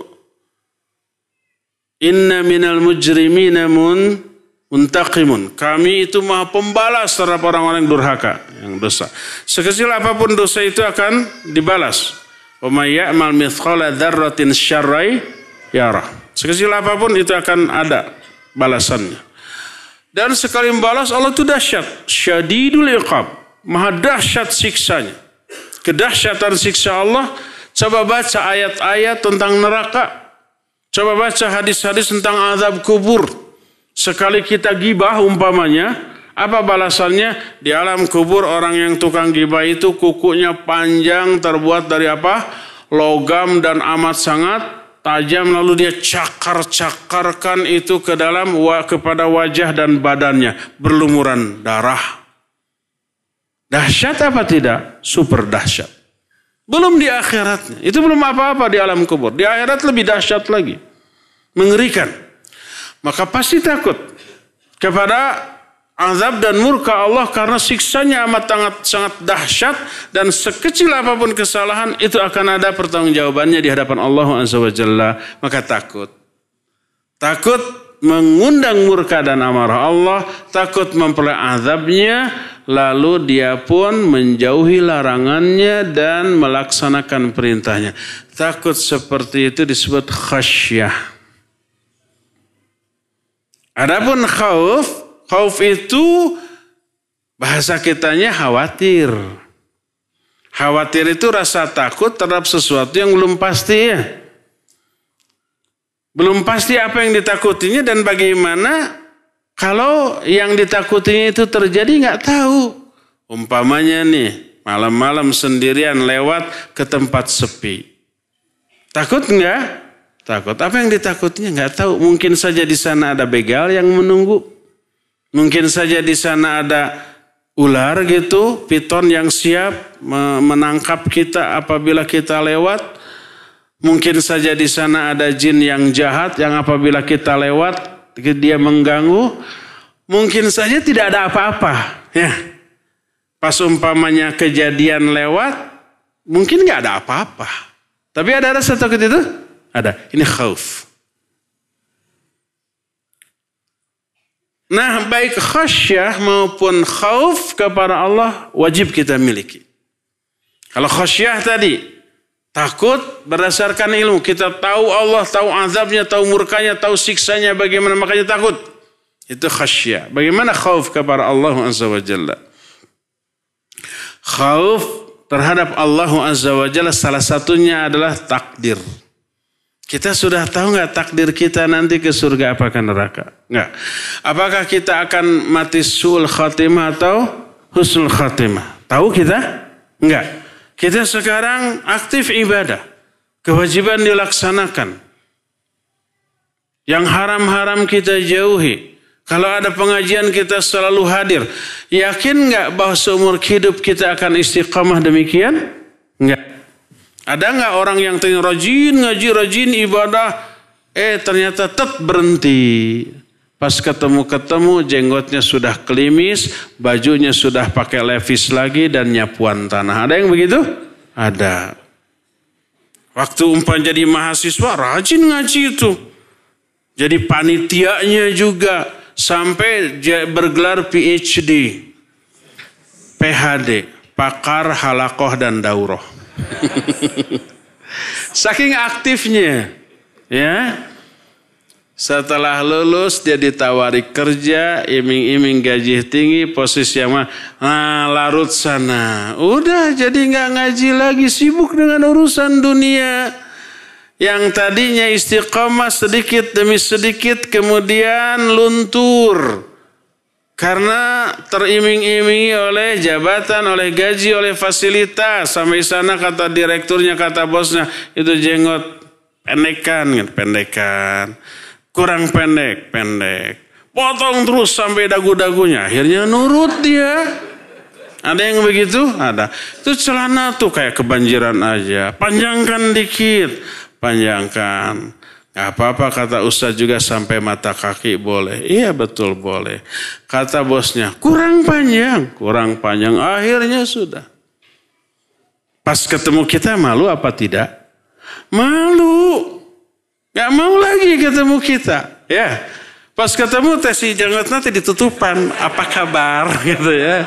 S1: inna minal mujrimina mun muntaqimun. Kami itu maha pembalas terhadap orang-orang durhaka, yang dosa. Sekecil apapun dosa itu akan dibalas. Wa may ya'mal mithqala dzarratin syarrai yarah. Sekecil apapun itu akan ada balasannya. Dan sekali membalas Allah itu dahsyat, syadidul iqab. Maha dahsyat siksanya. Kedahsyatan siksa Allah. Coba baca ayat-ayat tentang neraka. Coba baca hadis-hadis tentang azab kubur. Sekali kita gibah umpamanya, apa balasannya? Di alam kubur orang yang tukang gibah itu kukunya panjang, terbuat dari apa? Logam dan amat sangat tajam, lalu dia cakar-cakarkan itu ke dalam kepada wajah dan badannya, berlumuran darah. Dahsyat apa tidak? Super dahsyat. Belum di akhiratnya. Itu belum apa-apa di alam kubur. Di akhirat lebih dahsyat lagi. Mengerikan. Maka pasti takut kepada azab dan murka Allah karena siksanya amat sangat, sangat dahsyat dan sekecil apapun kesalahan itu akan ada pertanggungjawabannya di hadapan Allah Azza wa Jalla. Maka takut. Takut mengundang murka dan amarah Allah, takut memperoleh azabnya, lalu dia pun menjauhi larangannya dan melaksanakan perintahnya. Takut seperti itu disebut khasyah. Adapun khauf, khauf itu bahasa kitanya khawatir. Khawatir itu rasa takut terhadap sesuatu yang belum pasti ya. Belum pasti apa yang ditakutinya dan bagaimana kalau yang ditakutinya itu terjadi nggak tahu. Umpamanya nih, malam-malam sendirian lewat ke tempat sepi. Takut nggak? Takut. Apa yang ditakutinya nggak tahu. Mungkin saja di sana ada begal yang menunggu. Mungkin saja di sana ada ular gitu, piton yang siap menangkap kita apabila kita lewat. Mungkin saja di sana ada jin yang jahat yang apabila kita lewat dia mengganggu. Mungkin saja tidak ada apa-apa. Ya, pas umpamanya kejadian lewat, mungkin nggak ada apa-apa. Tapi ada rasa takut itu? Ada. Ini khauf. Nah, baik khasyah maupun khauf kepada Allah wajib kita miliki. Kalau khasyah tadi takut berdasarkan ilmu. Kita tahu Allah, tahu azabnya, tahu murkanya, tahu siksanya. Bagaimana makanya takut. Itu khasyah. Bagaimana khauf kepada Allah Azza wa Jalla. Khauf terhadap Allah Azza wa Jalla salah satunya adalah takdir. Kita sudah tahu nggak takdir kita nanti ke surga apa ke neraka? Nggak. Apakah kita akan mati su'ul khatimah atau husnul khatimah? Tahu kita? Nggak. Kita sekarang aktif ibadah. Kewajiban dilaksanakan. Yang haram-haram kita jauhi. Kalau ada pengajian kita selalu hadir. Yakin nggak bahwa seumur hidup kita akan istiqamah demikian? Nggak. Ada nggak orang yang rajin ngaji, rajin ibadah, eh ternyata tetap berhenti. Pas ketemu-ketemu jenggotnya sudah kelimis, bajunya sudah pakai levis lagi dan nyapuan tanah. Ada yang begitu? Ada. Waktu umpan jadi mahasiswa rajin ngaji itu. Jadi panitianya juga sampai bergelar P H D, P H D. pakar halakoh dan daurah. Saking aktifnya, ya. Setelah lulus dia ditawari kerja, iming-iming gaji tinggi, posisi yang mah, nah larut sana. Udah jadi nggak ngaji lagi, sibuk dengan urusan dunia. Yang tadinya istiqomah sedikit demi sedikit kemudian luntur. Karena teriming-imingi oleh jabatan, oleh gaji, oleh fasilitas. Sampai sana kata direkturnya, kata bosnya, itu jenggot pendekan, pendekan. Kurang pendek, pendek. Potong terus sampai dagu-dagunya. Akhirnya nurut dia. Ada yang begitu? Ada. Itu celana tuh kayak kebanjiran aja. Panjangkan dikit. Panjangkan. Gak apa-apa kata ustaz juga sampai mata kaki boleh. Iya betul boleh. Kata bosnya kurang panjang. Kurang panjang. Akhirnya sudah. Pas ketemu kita malu apa tidak? Malu. Gak mau lagi ketemu kita, ya. Pas ketemu teh si jenggot nanti ditutupan, apa kabar, gitu ya.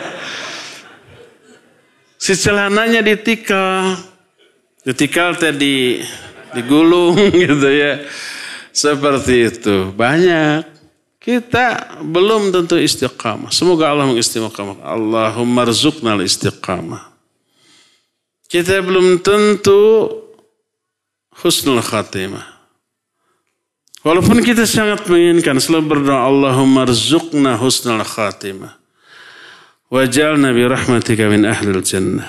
S1: Si celananya ditikal, ditikal teh di digulung, gitu ya. Seperti itu, banyak. Kita belum tentu istiqamah. Semoga Allah mengistiqamah. Allahumma rzuqnal istiqamah. Kita belum tentu husnul khatimah. Walaupun kita sangat menginginkan, selalu berdoa Allahumma rzuqna husnal khatimah waj'alna bi rahmatika min ahlil jannah.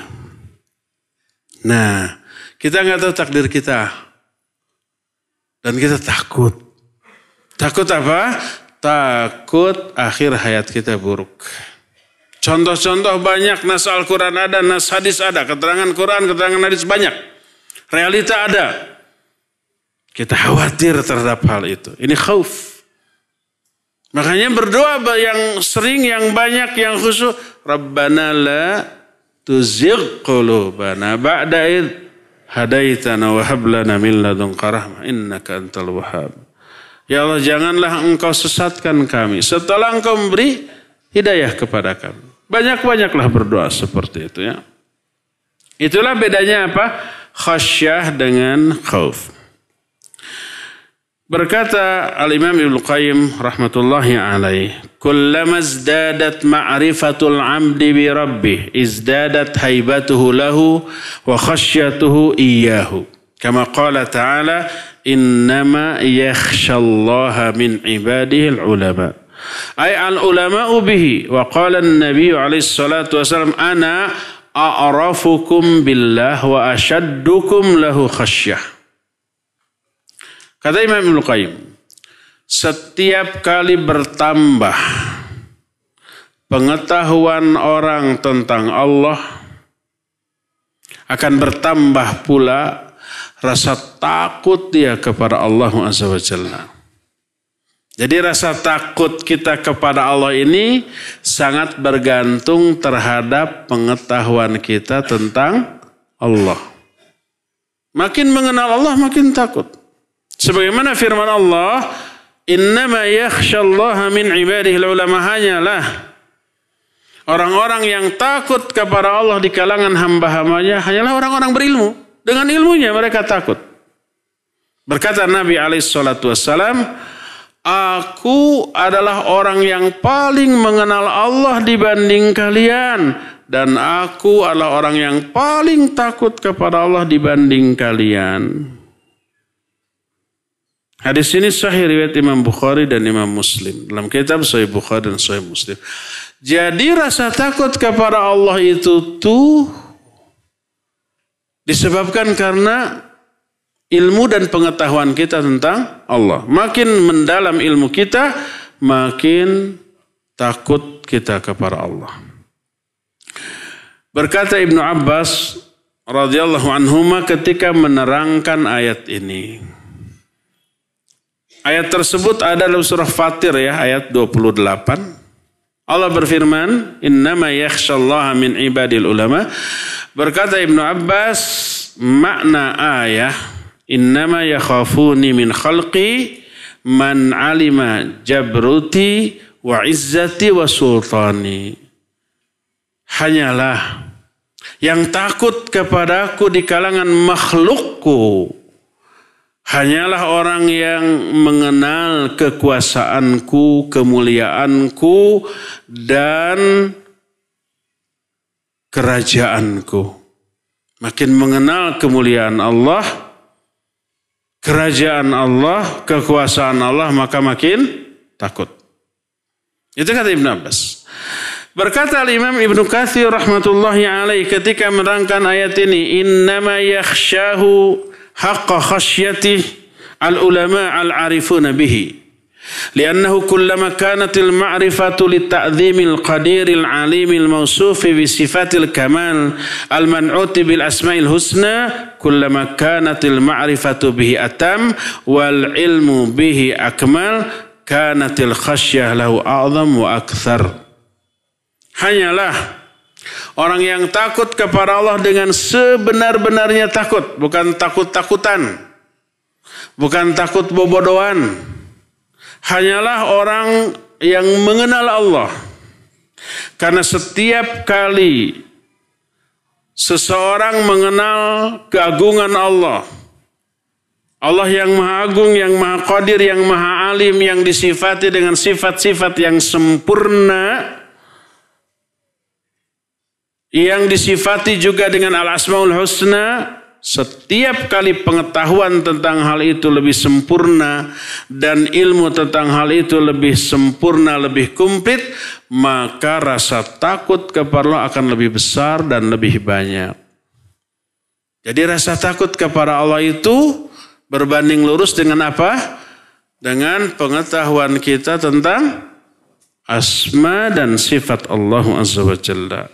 S1: Nah, kita nggak tahu takdir kita dan kita takut. Takut apa? Takut akhir hayat kita buruk. Contoh-contoh banyak, nas Al-Quran ada, nas hadis ada, keterangan Quran, keterangan hadis banyak, realita ada. Kita khawatir terhadap hal itu. Ini khauf. Makanya berdoa yang sering, yang banyak, yang khusyuk. Rabbana la tuzigh qulubana ba'da idh hadaitana wa hab lana min ladunka rahmah innaka antal wahhab. Ya Allah, janganlah engkau sesatkan kami setelah engkau memberi hidayah kepada kami. Banyak-banyaklah berdoa seperti itu ya. Itulah bedanya apa? Khasyah dengan khauf. Berkata Al-Imam Ibnu Qayyim rahmatullahi alaih, "Kullama izdadat ma'rifatul 'abdi bi rabbih, izdadat haibatuhu lahu wa khasyatuhu iyyahu." Kama qala ta'ala, "Innama yakhshallaha min 'ibadihi al-'ulama." Ay al-ulama'u bihi, wa qala an-nabiy alaihi salatu wasallam, "Ana a'rafukum billah wa ashaddukum lahu khasyah." Kata Imam Ibnu Qayyim, setiap kali bertambah pengetahuan orang tentang Allah, akan bertambah pula rasa takut dia kepada Allah Azza wa Jalla. Jadi rasa takut kita kepada Allah ini sangat bergantung terhadap pengetahuan kita tentang Allah. Makin mengenal Allah makin takut. Sebagaimana firman Allah, "Innama yakhshallaha min ibadihi al-ulama." Hanyalah orang-orang yang takut kepada Allah di kalangan hamba-hambanya hanyalah orang-orang berilmu. Dengan ilmunya mereka takut. Berkata Nabi alaihi salatu wassalam, "Aku adalah orang yang paling mengenal Allah dibanding kalian, dan aku adalah orang yang paling takut kepada Allah dibanding kalian." Hadis ini sahih riwayat Imam Bukhari dan Imam Muslim. Dalam kitab Sahih Bukhari dan Sahih Muslim. Jadi rasa takut kepada Allah itu tuh disebabkan karena ilmu dan pengetahuan kita tentang Allah. Makin mendalam ilmu kita, makin takut kita kepada Allah. Berkata Ibnu Abbas radhiyallahu anhuma ketika menerangkan ayat ini. Ayat tersebut ada dalam surah Fatir ya, ayat dua puluh delapan. Allah berfirman, "Innama yakhshallaha min ibadil ulama." Berkata Ibnu Abbas, makna ayat, "Innama yakhafuni min khalqi man alima jabruti wa izzati wa sultani." Hanyalah Yang takut kepadaku di kalangan makhlukku hanyalah orang yang mengenal kekuasaanku, kemuliaanku, dan kerajaanku. Makin mengenal kemuliaan Allah, kerajaan Allah, kekuasaan Allah, maka makin takut. Itu kata Ibn Abbas. Berkata Imam Ibnu Katsir rahmatullahi alaih ketika menerangkan ayat ini, innama yakhshahu haqqa khasyatih al-ulama al-arifuna bihi. Liannahu kullama kanatil ma'rifatu litta'zimil qadiril alimil mawsufi bisifatil kamal al-man'uti bil asma'il husna kullama kanatil ma'rifatu bihi atam wal ilmu bihi akmal kanatil khasyah lahu a'zam wa akthar. Hanyalah orang yang takut kepada Allah dengan sebenar-benarnya takut. Bukan takut-takutan. Bukan takut bobodohan. Hanyalah orang yang mengenal Allah. Karena setiap kali seseorang mengenal keagungan Allah. Allah yang maha agung, yang maha qadir, yang maha alim, yang disifati dengan sifat-sifat yang sempurna, yang disifati juga dengan al-asmaul husna, setiap kali pengetahuan tentang hal itu lebih sempurna dan ilmu tentang hal itu lebih sempurna, lebih komplit, maka rasa takut kepada Allah akan lebih besar dan lebih banyak. Jadi rasa takut kepada Allah itu berbanding lurus dengan apa? Dengan pengetahuan kita tentang asma dan sifat Allah Azza wa Jalla.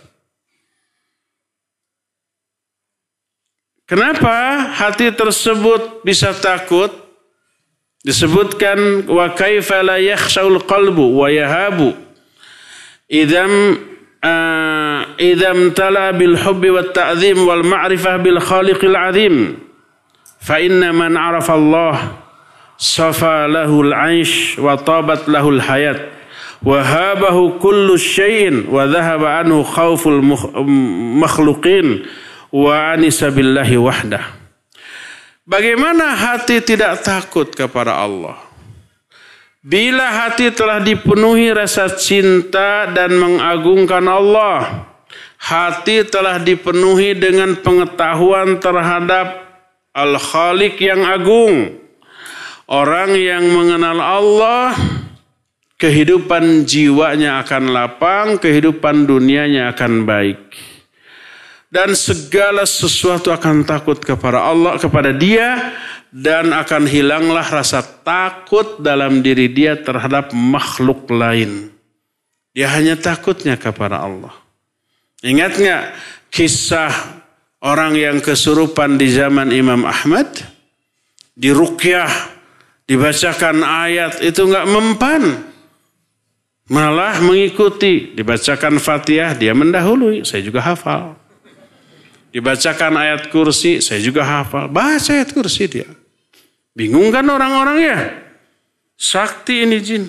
S1: Kenapa hati tersebut bisa takut? Disebutkan wa kaifa la yakhshawul qalbu wa yahabu idam uh, idam tala bil hubbi wat ta'zim wal ma'rifah bil khaliqil azim fa inna man 'arafa Allah safa lahul 'aish wa tabat lahul hayat wa habahu kullu syai'in wa dhahaba anhu khauful makhluqin wa anisa billahi wahdah. Bagaimana hati tidak takut kepada Allah? Bila hati telah dipenuhi rasa cinta dan mengagungkan Allah, hati telah dipenuhi dengan pengetahuan terhadap Al-Khaliq yang agung. Orang yang mengenal Allah, kehidupan jiwanya akan lapang, kehidupan dunianya akan baik. Dan segala sesuatu akan takut kepada Allah, kepada dia, dan akan hilanglah rasa takut dalam diri dia terhadap makhluk lain. Dia hanya takutnya kepada Allah. Ingat nggak kisah orang yang kesurupan di zaman Imam Ahmad? Diruqyah, dibacakan ayat, itu nggak mempan. Malah mengikuti, dibacakan Fatihah, dia mendahului, saya juga hafal. Dibacakan ayat kursi, saya juga hafal. Baca ayat kursi dia. Bingung kan orang-orang ya? Sakti ini jin.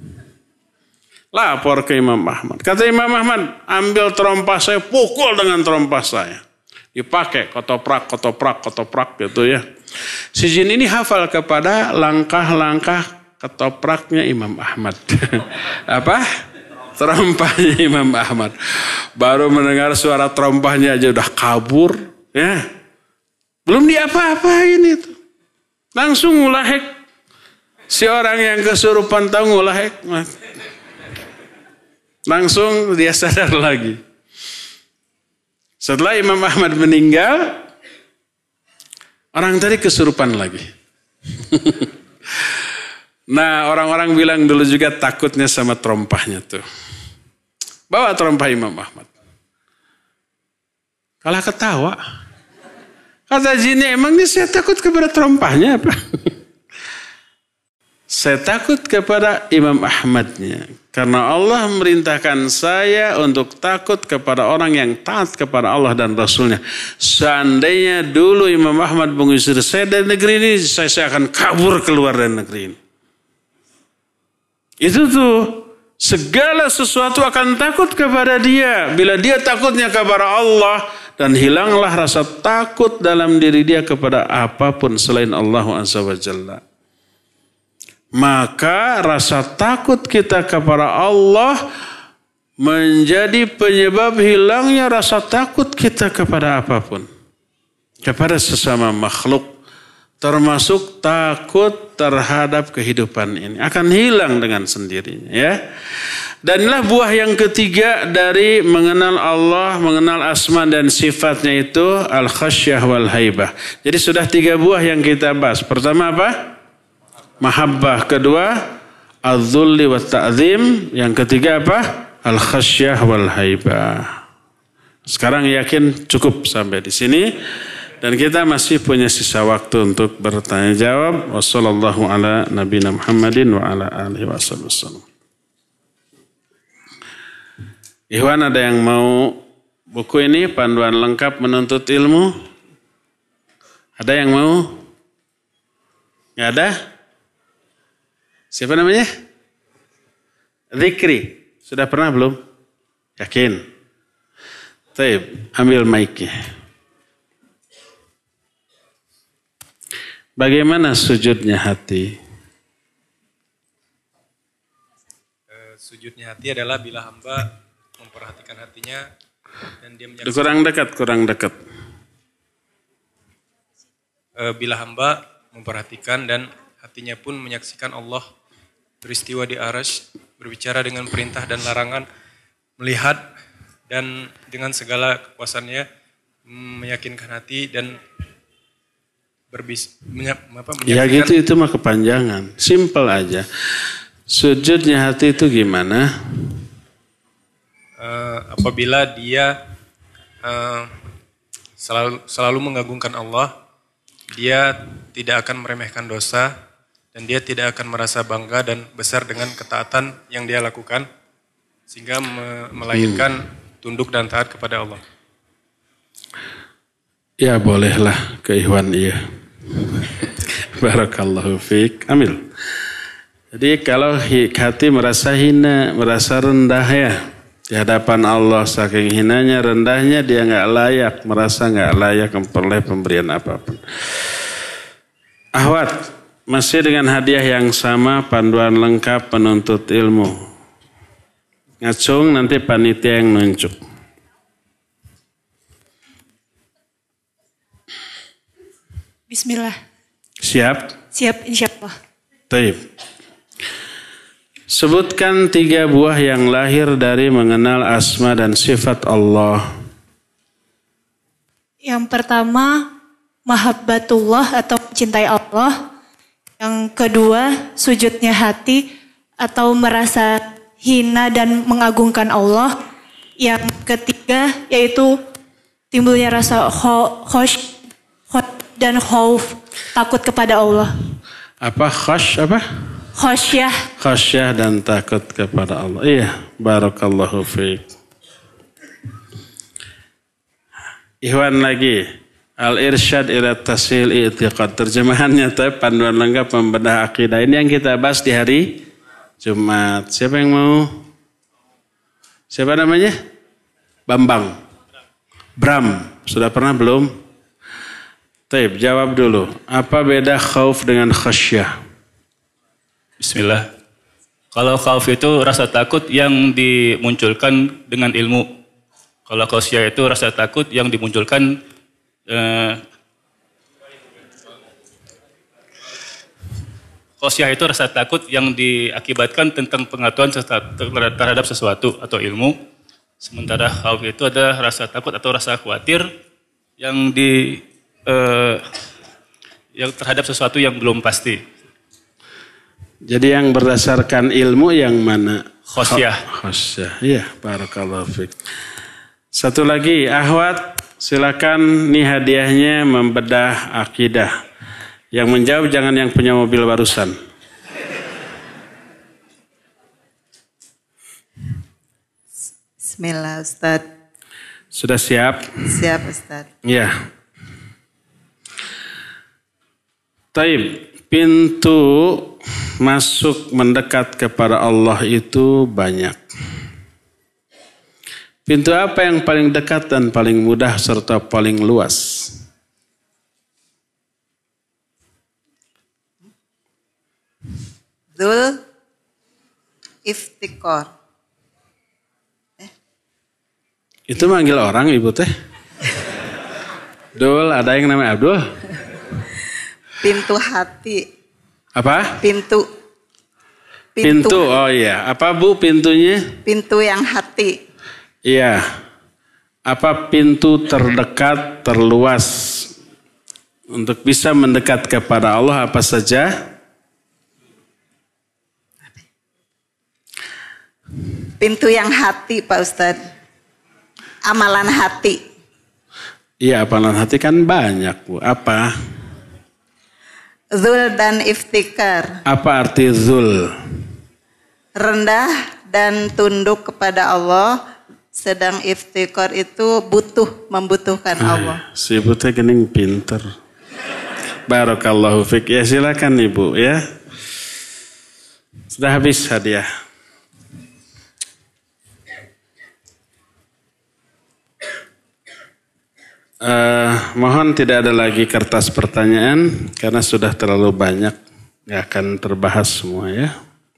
S1: Lapor ke Imam Ahmad. Kata Imam Ahmad, ambil terompah saya, pukul dengan terompah saya. Dipakai, kotoprak, kotoprak, kotoprak gitu ya. Si jin ini hafal kepada langkah-langkah ketopraknya Imam Ahmad. Apa? Terompahnya Imam Ahmad. Baru mendengar suara terompahnya aja udah kabur. Ya. Belum diapa-apain itu. Langsung ngulahek. Si orang yang kesurupan tahu ngulahek. Langsung dia sadar lagi. Setelah Imam Ahmad meninggal, orang tadi kesurupan lagi. Nah, orang-orang bilang dulu juga takutnya sama terompahnya tuh. Bawa terompah Imam Ahmad. Kalah ketawa. Kata jinnya, emang ini saya takut kepada terompahnya apa? Saya takut kepada Imam Ahmadnya. Karena Allah merintahkan saya untuk takut kepada orang yang taat kepada Allah dan Rasulnya. Seandainya dulu Imam Ahmad mengusir saya dari negeri ini, saya, saya akan kabur keluar dari negeri ini. Itu tuh. Segala sesuatu akan takut kepada dia. Bila dia takutnya kepada Allah dan hilanglah rasa takut dalam diri dia kepada apapun selain Allah Azza wa Jalla. Maka rasa takut kita kepada Allah menjadi penyebab hilangnya rasa takut kita kepada apapun. Kepada sesama makhluk. Termasuk takut terhadap kehidupan ini. Akan hilang dengan sendirinya. Ya. Dan inilah buah yang ketiga dari mengenal Allah, mengenal asma dan sifatnya itu al-khasyah wal haibah. Jadi sudah tiga buah yang kita bahas. Pertama apa? Mahabbah. Kedua, al-dhulli wa ta'zim. Yang ketiga apa? Al-khasyah wal haibah. Sekarang yakin cukup sampai di sini. Dan kita masih punya sisa waktu untuk bertanya jawab. Wassallallahu ala nabiyina Muhammadin wa ala alihi wasallam. Ikhwan, ada yang mau buku ini panduan lengkap menuntut ilmu? Ada yang mau? Nggak ada? Siapa namanya? Zikri. Sudah pernah belum? Yakin? Taib, ambil mic-nya. Bagaimana sujudnya hati?
S2: Uh, sujudnya hati adalah bila hamba memperhatikan hatinya dan dia menyaksikan.
S1: Kurang dekat, kurang dekat.
S2: Uh, bila hamba memperhatikan dan hatinya pun menyaksikan Allah beristiwa di arsy, berbicara dengan perintah dan larangan, melihat dan dengan segala kekuasaannya meyakinkan hati dan berbis, menyak, apa,
S1: ya gitu, itu mah kepanjangan. Simple aja. Sujudnya hati itu gimana?
S2: Uh, apabila dia uh, selalu, selalu mengagungkan Allah, dia tidak akan meremehkan dosa, dan dia tidak akan merasa bangga dan besar dengan ketaatan yang dia lakukan, sehingga me- melahirkan hmm. tunduk dan taat kepada Allah.
S1: Ya bolehlah keikhwan iya. Barakallahu fiik. Ambil. Jadi kalau hati merasa hina, merasa rendah ya di hadapan Allah, saking hinanya, rendahnya dia nggak layak, merasa nggak layak memperoleh pemberian apapun. Ahwat, masih dengan hadiah yang sama, panduan lengkap penuntut ilmu. Ngacung nanti panitia yang nunjuk.
S3: Bismillah.
S1: Siap?
S3: Siap, insya Allah.
S1: Taib. Sebutkan tiga buah yang lahir dari mengenal asma dan sifat Allah.
S3: Yang pertama, mahabbatullah atau mencintai Allah. Yang kedua, sujudnya hati atau merasa hina dan mengagungkan Allah. Yang ketiga, yaitu timbulnya rasa khosh dan khauf, takut kepada Allah.
S1: Apa khosh apa?
S3: Khosyah.
S1: Khosyah dan takut kepada Allah. Iya, barakallahu fiik. Ikhwan lagi, Al-Irsyad ila Tashil I'tiqad. Terjemahannya tuh panduan lengkap membedah akidah. Ini yang kita bahas di hari Jumat. Siapa yang mau? Siapa namanya? Bambang. Bram. Sudah pernah belum? Taib, jawab dulu. Apa beda khauf dengan khasyah?
S4: Bismillah. Kalau khauf itu rasa takut yang dimunculkan dengan ilmu. Kalau khasyah itu rasa takut yang dimunculkan eh, khasyah itu rasa takut yang diakibatkan tentang pengetahuan terhadap sesuatu atau ilmu. Sementara khauf itu ada rasa takut atau rasa khawatir yang di Uh, yang terhadap sesuatu yang belum pasti.
S1: Jadi yang berdasarkan ilmu yang mana?
S4: Khosyah.
S1: Khosyah. Iya, barakallahu fiik. Satu lagi, Ahwat, silakan nih hadiahnya membedah akidah. Yang menjawab jangan yang punya mobil barusan.
S5: Bismillah, Ustaz.
S1: Sudah siap?
S5: Siap, Ustaz.
S1: Iya. Taib, pintu masuk mendekat kepada Allah itu banyak. Pintu apa yang paling dekat dan paling mudah serta paling luas?
S5: Dzul Iftikor. Eh.
S1: Itu manggil orang ibu teh? Dul, ada yang namanya Abdul?
S5: Pintu hati.
S1: Apa?
S5: Pintu.
S1: Pintu. Pintu, oh iya. Apa Bu pintunya?
S5: Pintu yang hati.
S1: Iya. Apa pintu terdekat, terluas untuk bisa mendekat kepada Allah apa saja?
S5: Pintu yang hati Pak Ustadz. Amalan hati.
S1: Iya, amalan hati kan banyak Bu. Apa?
S5: Zul dan iftikar.
S1: Apa arti zul?
S5: Rendah dan tunduk kepada Allah. Sedang iftikar itu butuh, membutuhkan Allah.
S1: Si ibu teh gening pinter. Barakallahu fiq. Ya silakan Ibu ya. Sudah habis hadiah. Uh, mohon tidak ada lagi kertas pertanyaan karena sudah terlalu banyak, nggak akan terbahas semua ya.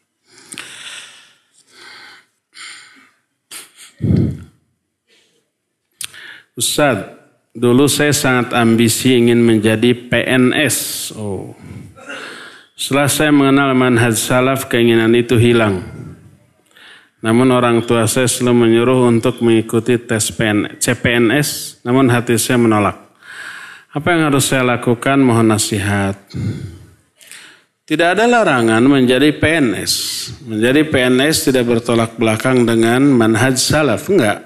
S1: Ustadz, dulu saya sangat ambisi ingin menjadi P N S. Oh. Setelah saya mengenal manhaj salaf, keinginan itu hilang. Namun orang tua saya selalu menyuruh untuk mengikuti tes C P N S, namun hati saya menolak. Apa yang harus saya lakukan? Mohon nasihat. Tidak ada larangan menjadi P N S. Menjadi P N S tidak bertolak belakang dengan manhaj salaf, enggak.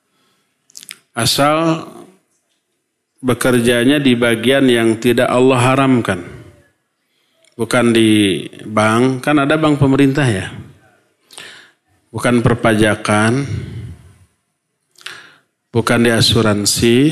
S1: Asal bekerjanya di bagian yang tidak Allah haramkan. Bukan di bank, kan ada bank pemerintah ya. Bukan perpajakan, bukan di asuransi,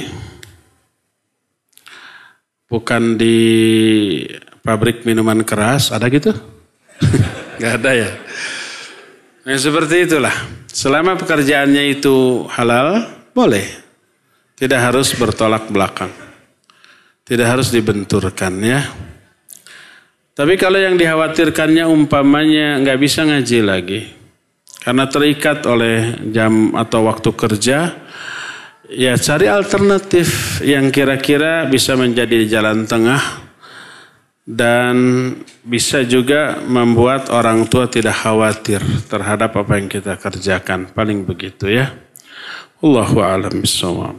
S1: bukan di pabrik minuman keras, ada gitu? Gak ada ya? Nah, seperti itulah. Selama pekerjaannya itu halal, boleh. Tidak harus bertolak belakang. Tidak harus dibenturkan ya. Tapi kalau yang dikhawatirkannya umpamanya gak bisa ngaji lagi. Karena terikat oleh jam atau waktu kerja, ya cari alternatif yang kira-kira bisa menjadi jalan tengah dan bisa juga membuat orang tua tidak khawatir terhadap apa yang kita kerjakan. Paling begitu ya. Allahu a'lam bishawab.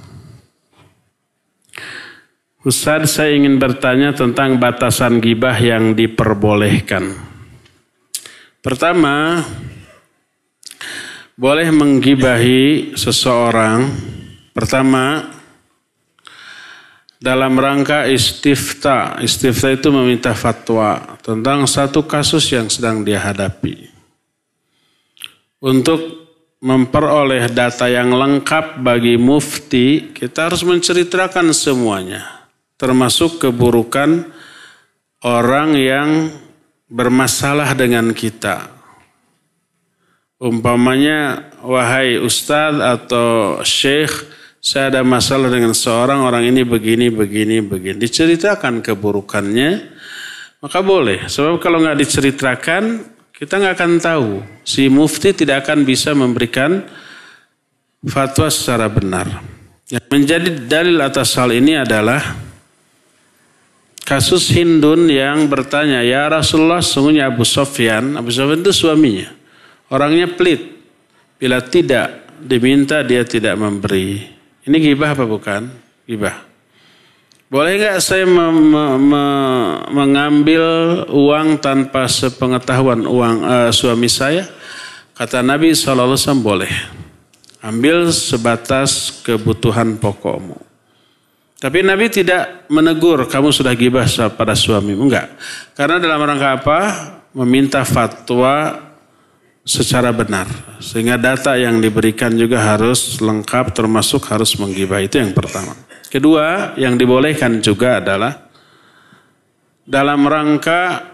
S1: Ustaz, saya ingin bertanya tentang batasan ghibah yang diperbolehkan. Pertama, boleh menggibahi seseorang pertama dalam rangka istifta. Istifta itu meminta fatwa tentang satu kasus yang sedang dia hadapi. Untuk memperoleh data yang lengkap bagi mufti, kita harus menceritakan semuanya, termasuk keburukan orang yang bermasalah dengan kita. Umpamanya, wahai ustadz atau syekh, saya ada masalah dengan seorang, orang ini begini, begini, begini. Diceritakan keburukannya, maka boleh. Sebab kalau nggak diceritakan, kita nggak akan tahu. Si mufti tidak akan bisa memberikan fatwa secara benar. Yang menjadi dalil atas hal ini adalah kasus Hindun yang bertanya, ya Rasulullah, sesungguhnya Abu Sofyan, Abu Sofyan itu suaminya. Orangnya pelit, bila tidak diminta dia tidak memberi. Ini ghibah apa bukan? Ghibah. Boleh nggak saya me me me mengambil uang tanpa sepengetahuan uang uh, suami saya? Kata Nabi shallallahu alaihi wasallam boleh. Ambil sebatas kebutuhan pokokmu. Tapi Nabi tidak menegur kamu sudah ghibah pada suamimu, enggak. Karena dalam rangka apa? Meminta fatwa secara benar. Sehingga data yang diberikan juga harus lengkap, termasuk harus menggibah. Itu yang pertama. Kedua, yang dibolehkan juga adalah dalam rangka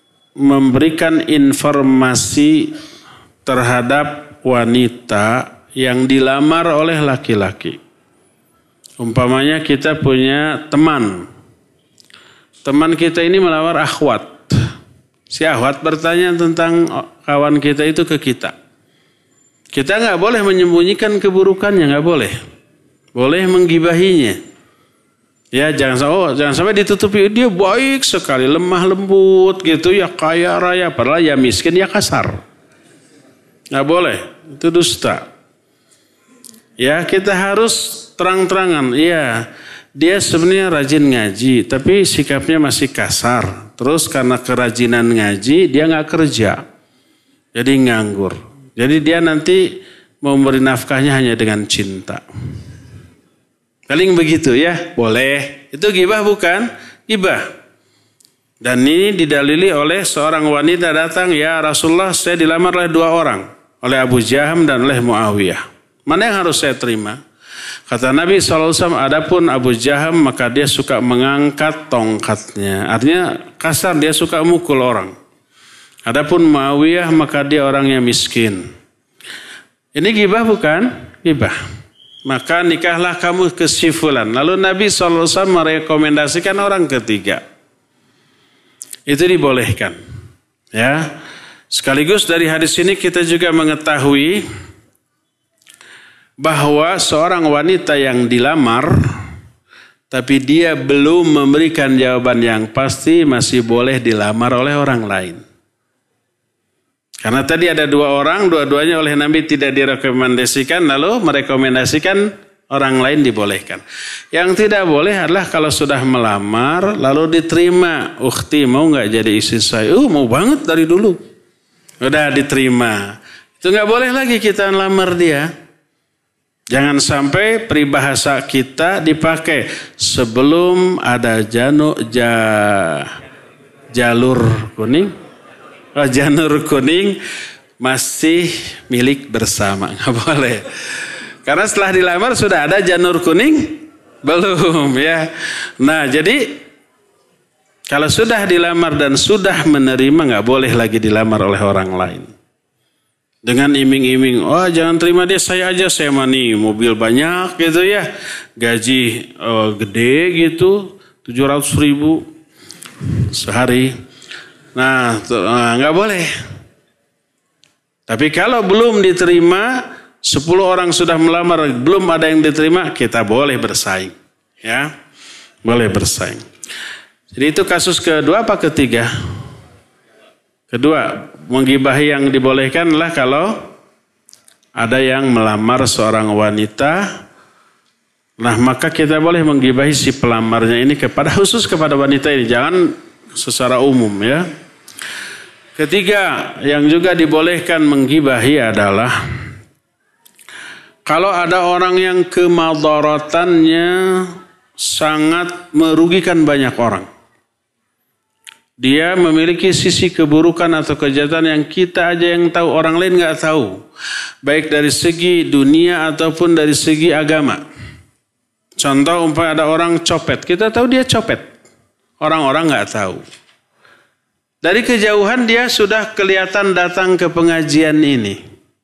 S1: memberikan informasi terhadap wanita yang dilamar oleh laki-laki. Umpamanya kita punya teman. Teman kita ini melamar akhwat. Si akhwat bertanya tentang kawan kita itu ke kita. Kita nggak boleh menyembunyikan keburukannya, nggak boleh. Boleh menggibahinya. Ya jangan oh, jangan sampai ditutupi, dia baik sekali, lemah lembut gitu ya, kaya raya, padahal ya miskin ya kasar. Nggak boleh, itu dusta. Ya kita harus terang-terangan, iya dia sebenarnya rajin ngaji, tapi sikapnya masih kasar. Terus karena kerajinan ngaji, dia nggak kerja, jadi nganggur. Jadi dia nanti mau memberi nafkahnya hanya dengan cinta. Paling begitu ya, boleh. Itu ghibah bukan? Ghibah. Dan ini didalili oleh seorang wanita datang, ya Rasulullah saya dilamar oleh dua orang. Oleh Abu Jaham dan oleh Muawiyah. Mana yang harus saya terima? Kata Nabi shallallahu alaihi wasallam, adapun Abu Jaham maka dia suka mengangkat tongkatnya. Artinya kasar, dia suka mukul orang. Adapun Muawiyah maka dia orangnya miskin. Ini ghibah bukan? Ghibah. Maka nikahlah kamu ke si fulan. Lalu Nabi shallallahu alaihi wasallam merekomendasikan orang ketiga. Itu dibolehkan. Ya. Sekaligus dari hadis ini kita juga mengetahui bahwa seorang wanita yang dilamar tapi dia belum memberikan jawaban yang pasti masih boleh dilamar oleh orang lain. Karena tadi ada dua orang, dua-duanya oleh Nabi tidak direkomendasikan, lalu merekomendasikan orang lain dibolehkan. Yang tidak boleh adalah kalau sudah melamar, lalu diterima. Ukhti mau nggak jadi istri saya? Uh, mau banget dari dulu. Udah diterima. Itu nggak boleh lagi kita lamar dia. Jangan sampai peribahasa kita dipakai sebelum ada jano, ja, jalur kuning. Oh, janur kuning masih milik bersama, nggak boleh. Karena setelah dilamar sudah ada janur kuning belum ya. Nah jadi kalau sudah dilamar dan sudah menerima nggak boleh lagi dilamar oleh orang lain. Dengan iming-iming, oh jangan terima dia, saya aja saya mani mobil banyak gitu ya, gaji oh, gede gitu, tujuh ratus ribu sehari. Nah, nggak boleh. Tapi kalau belum diterima, sepuluh orang sudah melamar, belum ada yang diterima, kita boleh bersaing. Ya, boleh bersaing. Jadi itu kasus kedua apa ketiga? Kedua, menggibahi yang dibolehkan adalah kalau ada yang melamar seorang wanita. Nah, maka kita boleh menggibahi si pelamarnya ini kepada khusus kepada wanita ini, jangan secara umum ya. Ketiga, yang juga dibolehkan menggibahi adalah kalau ada orang yang kemadaratannya sangat merugikan banyak orang. Dia memiliki sisi keburukan atau kejahatan yang kita aja yang tahu, orang lain nggak tahu. Baik dari segi dunia ataupun dari segi agama. Contoh umpamanya ada orang copet, kita tahu dia copet. Orang-orang nggak tahu. Dari kejauhan dia sudah kelihatan datang ke pengajian ini.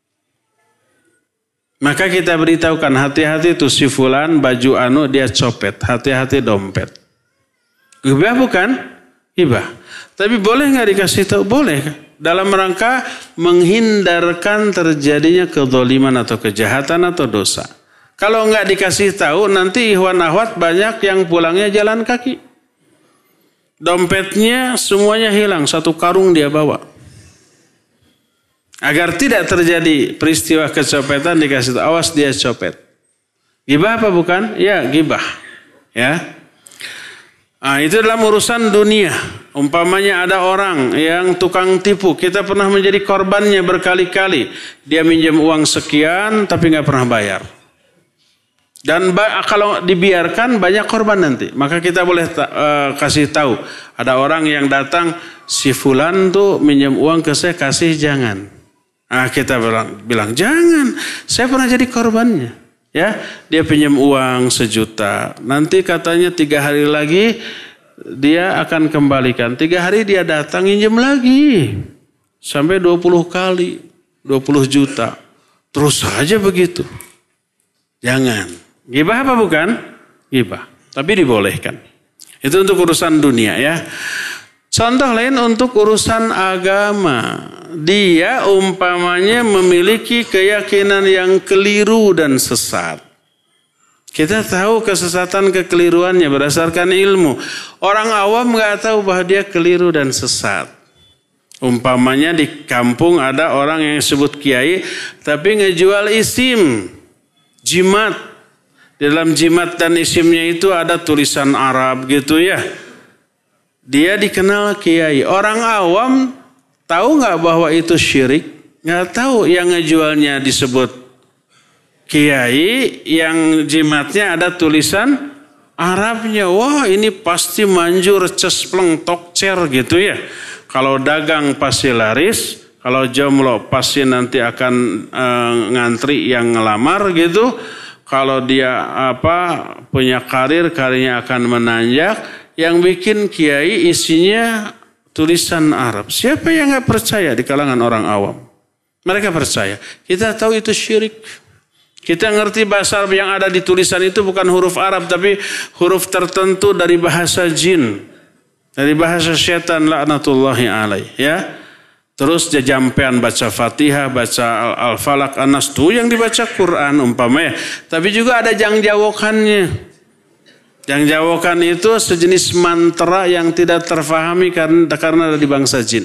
S1: Maka kita beritahukan hati-hati tuh si fulan baju anu dia copet. Hati-hati dompet. Ghibah bukan? Ghibah. Tapi boleh nggak dikasih tahu? Boleh. Dalam rangka menghindarkan terjadinya kezaliman atau kejahatan atau dosa. Kalau nggak dikasih tahu nanti ikhwan akhwat banyak yang pulangnya jalan kaki. Dompetnya semuanya hilang, satu karung dia bawa. Agar tidak terjadi peristiwa kecopetan dikasih tahu, awas dia copet. Ghibah apa bukan? Ya, ghibah. Ya. Nah, itu dalam urusan dunia. Umpamanya ada orang yang tukang tipu, kita pernah menjadi korbannya berkali-kali. Dia minjem uang sekian tapi nggak pernah bayar. Dan kalau dibiarkan banyak korban nanti. Maka kita boleh uh, kasih tahu. Ada orang yang datang, si fulan tuh minjem uang ke saya, kasih jangan. Nah kita bilang, bilang jangan. Saya pernah jadi korbannya. Ya, dia pinjam uang sejuta. Nanti katanya tiga hari lagi dia akan kembalikan. Tiga hari dia datang minjem lagi. Sampai dua puluh kali. dua puluh juta. Terus saja begitu. Jangan. Ghibah apa bukan? Ghibah. Tapi dibolehkan. Itu untuk urusan dunia ya. Contoh lain untuk urusan agama. Dia umpamanya memiliki keyakinan yang keliru dan sesat. Kita tahu kesesatan kekeliruannya berdasarkan ilmu. Orang awam nggak tahu bahwa dia keliru dan sesat. Umpamanya di kampung ada orang yang disebut kiai, tapi ngejual isim, jimat. Di dalam jimat dan isimnya itu ada tulisan Arab gitu ya. Dia dikenal kiai. Orang awam tahu nggak bahwa itu syirik? Nggak tahu. Yang ngejualnya disebut kiai, yang jimatnya ada tulisan Arabnya. Wah, ini pasti manjur cespleng tokcer gitu ya. Kalau dagang pasti laris, kalau jomblo pasti nanti akan e, ngantri yang ngelamar gitu. Kalau dia apa punya karir, karirnya akan menanjak. Yang bikin kiai isinya tulisan Arab. Siapa yang nggak percaya di kalangan orang awam? Mereka percaya. Kita tahu itu syirik. Kita ngerti bahasa Arab yang ada di tulisan itu bukan huruf Arab, tapi huruf tertentu dari bahasa jin, dari bahasa setan laknatullahi alaih. Ya, terus jampean baca Fatihah, baca Al-Falaq, An-Nas itu yang dibaca Quran umpamanya. Tapi juga ada jangjawokannya. Jangjawokan itu sejenis mantra yang tidak terfahami karena karena ada di bangsa jin.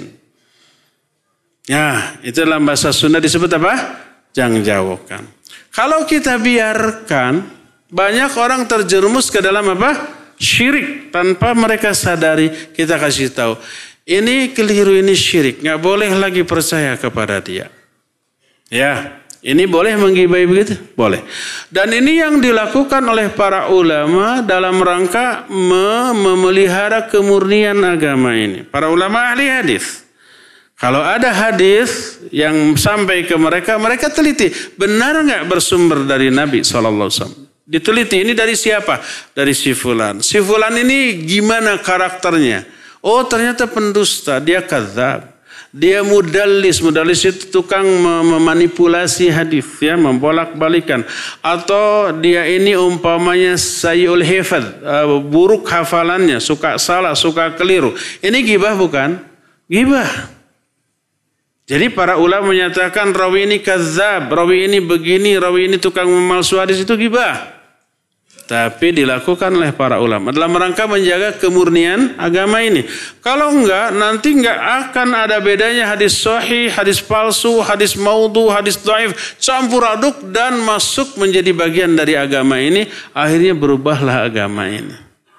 S1: Ya, itu dalam bahasa Sunda disebut apa? Jangjawokan. Kalau kita biarkan, banyak orang terjerumus ke dalam apa? Syirik tanpa mereka sadari. Kita kasih tahu, ini keliru, ini syirik, nggak boleh lagi percaya kepada dia. Ya, ini boleh menggibai begitu? Boleh. Dan ini yang dilakukan oleh para ulama dalam rangka memelihara kemurnian agama ini. Para ulama ahli hadis. Kalau ada hadis yang sampai ke mereka, mereka teliti. Benar nggak bersumber dari Nabi shallallahu alaihi wasallam? Diteliti, ini dari siapa? Dari si fulan. Si fulan ini gimana karakternya? Oh, ternyata pendusta, dia kadzab. Dia mudallis, mudallis itu tukang memanipulasi hadis, ya, membolak-balikan. Atau dia ini umpamanya sayyul hifadz, buruk hafalannya, suka salah, suka keliru. Ini ghibah bukan? Ghibah. Jadi para ulama menyatakan rawi ini kadzab, rawi ini begini, rawi ini tukang memalsu hadis, itu ghibah. Tapi dilakukan oleh para ulama dalam rangka menjaga kemurnian agama ini. Kalau enggak, nanti enggak akan ada bedanya hadis sahih, hadis palsu, hadis maudhu, hadis dhaif, campur aduk dan masuk menjadi bagian dari agama ini. Akhirnya berubahlah agama ini.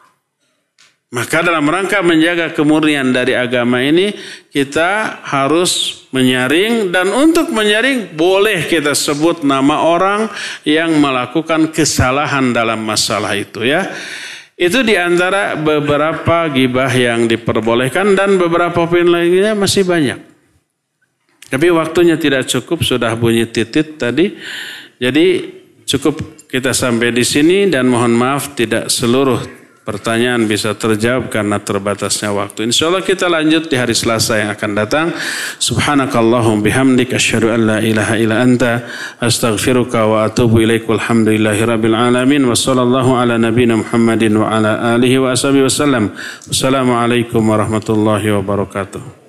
S1: Maka dalam rangka menjaga kemurnian dari agama ini, kita harus menyaring, dan untuk menyaring boleh kita sebut nama orang yang melakukan kesalahan dalam masalah itu, ya. Itu diantara beberapa ghibah yang diperbolehkan, dan beberapa poin lainnya masih banyak. Tapi waktunya tidak cukup, sudah bunyi titit tadi. Jadi cukup kita sampai di sini, dan mohon maaf tidak seluruh pertanyaan bisa terjawab karena terbatasnya waktu. Insya Allah kita lanjut di hari Selasa yang akan datang. Subhanakallahum bihamdik asyhadu an la ilaha illa anta astaghfiruka wa atubu ilaik. Walhamdulillahi rabbil alamin wa sallallahu ala nabiyina Muhammadin wa ala alihi wa ashabihi wasallam. Wassalamualaikum warahmatullahi wabarakatuh.